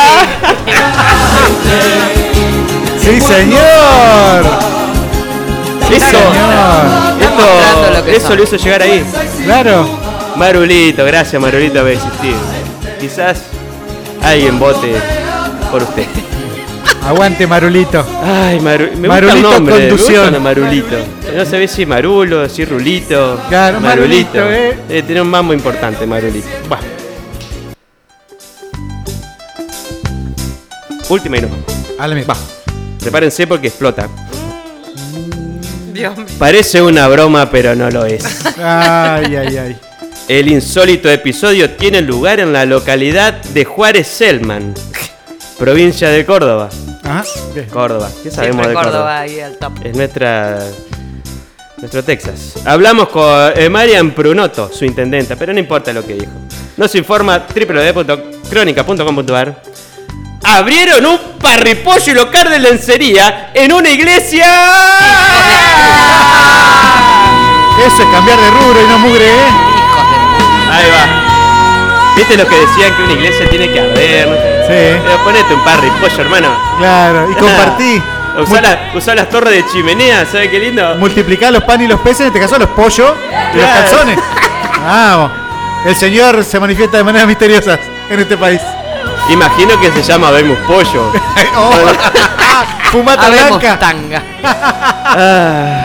¡Sí, señor! Eso, señor. mostrando lo esto, que eso son. lo hizo llegar ahí. Claro. Marulito, gracias Marulito por existir. Quizás alguien vote por usted. Aguante, Marulito. Ay, Maru- me Marulito gusta el nombre, conducción. me gusta el Marulito. No se ve si Marulo, si Rulito. Claro, Marulito, eh. Eh, tiene un mambo importante, Marulito. Buah. Última y no. A la mierda. Prepárense porque explota. Dios mío. Parece una broma, pero no lo es. Ay, ay, ay. El insólito episodio tiene lugar en la localidad de Juárez Selman, provincia de Córdoba. Ajá. Bien. Córdoba, ¿qué sabemos Siempre de Córdoba Córdoba? ahí al top. Es nuestra. Nuestro Texas. Hablamos con eh, Marian Prunotto, su intendenta, pero no importa lo que dijo. Nos informa doble u doble u doble u punto crónica punto com punto a r. Abrieron un parripollo y local de lencería en una iglesia. Eso es cambiar de rubro y no mugre, ¿eh? Hijos de... Ahí va. ¿Viste lo que decían que una iglesia tiene que arder? Sí. Pero ponete un parripollo, hermano. Claro. Y compartí. Usá, la- usá las torres de chimenea, ¿sabes qué lindo? Multiplicar los panes y los peces, en este caso los pollos y los Claro. calzones. Vamos. El Señor se manifiesta de maneras misteriosas en este país. Imagino que se llama Vemos Pollo. Oh. Fumata Habemos blanca. tanga. Ah.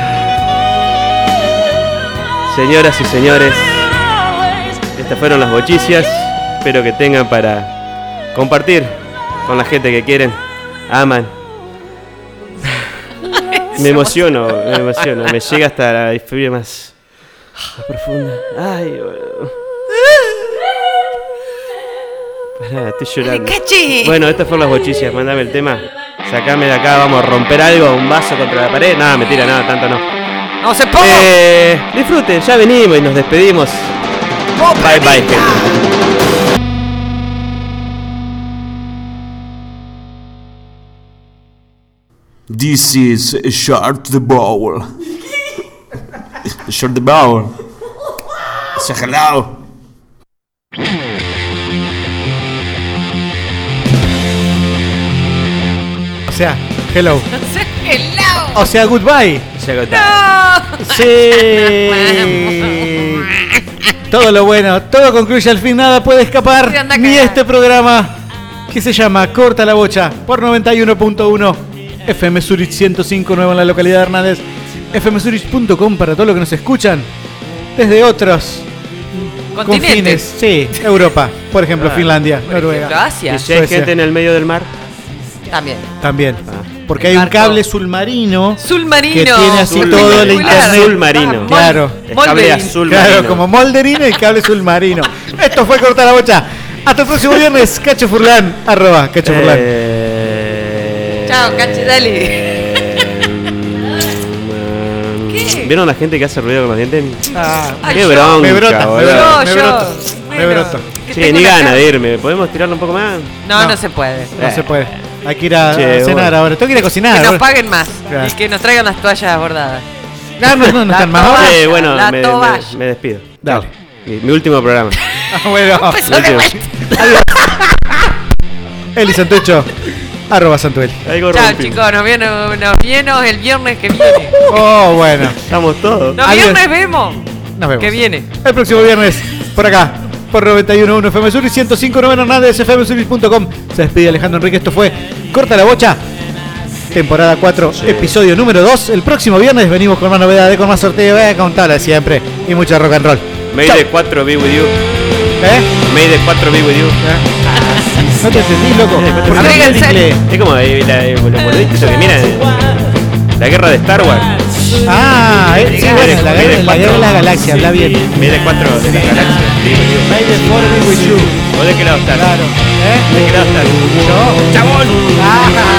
Señoras y señores, estas fueron las bochicias. Espero que tengan para compartir con la gente que quieren, aman. Me emociono, me emociono, me llega hasta la disfobia más, más profunda. Ay, boludo. Pará, estoy llorando. ¡Cachi! Bueno, estas fueron las bochicias, mandame el tema. Sacame de acá, vamos a romper algo, un vaso contra la pared. Nada, mentira, nada, tanto no. ¡Vamos a poco! Eh, disfruten, ya venimos y nos despedimos. Bye bye, gente. This is Short the Bowl. Short the Bowl. Say hello. O sea, hello. ¡Hello! O sea, goodbye. Se agotó. Sí. Todo lo bueno, todo concluye al fin, nada puede escapar. Se anda a Ni cagar. este programa que se llama Corta la Bocha por noventa y uno punto uno F M Zurich ciento cinco punto nueve en la localidad de Hernández. F M Zurich punto com para todos los que nos escuchan desde otros confines. Continentes. Sí, Europa, por ejemplo, Ah. Finlandia, Por ejemplo, Noruega. Asia. ¿Y si hay Suecia. gente en el medio del mar? También. También. Ah. Porque hay un cable submarino. Submarino. Que tiene así Sul- todo el Espectacular. internet. Submarino. Claro. El cable Molderin. azul Claro, marino. como Molderin y el cable submarino. Esto fue Corta la Bocha. Hasta el próximo viernes. Cacho Furlan. Arroba Cacho Furlan. Eh, Chao, Cacho, dale. ¿Vieron la gente que hace ruido con los dientes? Ah, Ay, Qué yo- bronca, me brota, boludo. me brota, No, me yo- broto. Me bueno, broto. que Sí, tengo ni una gana cara- de irme. ¿Podemos tirarlo un poco más? No, no, No. se puede. No se puede. Hay que ir a, Che, a cenar bueno. ahora. Tengo que ir a cocinar. Que nos ahora. paguen más. Claro. Y que nos traigan las toallas bordadas. No, no, no, no La están más toalla. ahora. Eh, bueno, la me, toalla. me- me despido. Dale. Chao. Mi, mi último programa. Ah, bueno. Empezó de vuelta. Eli Santuecho. Arroba Santuel. Algo Chao, rompimos. chicos. Nos vemos, nos vemos el viernes que viene. Oh, bueno. Estamos todos. Nos Adiós. viernes vemos. Nos vemos. Que viene. El próximo viernes, por acá, por noventa y uno punto uno F M Sur y ciento cinco punto nueve Hernández, F M Suris punto com. Se despide Alejandro Enrique. Esto fue Corta la Bocha. Temporada cuatro, episodio número dos. El próximo viernes venimos con más novedades, con más sorteo, eh, con tabla de siempre. Y mucho rock and roll. May Chau. the cuatro be with you. ¿Eh? May the cuatro be with you. No te entendí, loco. ¿Por qué no Amiga, en entendí serio. inglés? Es como eh, la, eh, los boluditos que miran la guerra de Star Wars. Ah, eh, sí, bueno, la guerra, la guerra de la galaxia, habla bien. May the cuatro de la galaxia be with you. May the four be with you. ¿Vos de qué lado estás? Claro. ¿Eh? ¿De qué lado estás? Yo. ¡Chabón! Ah,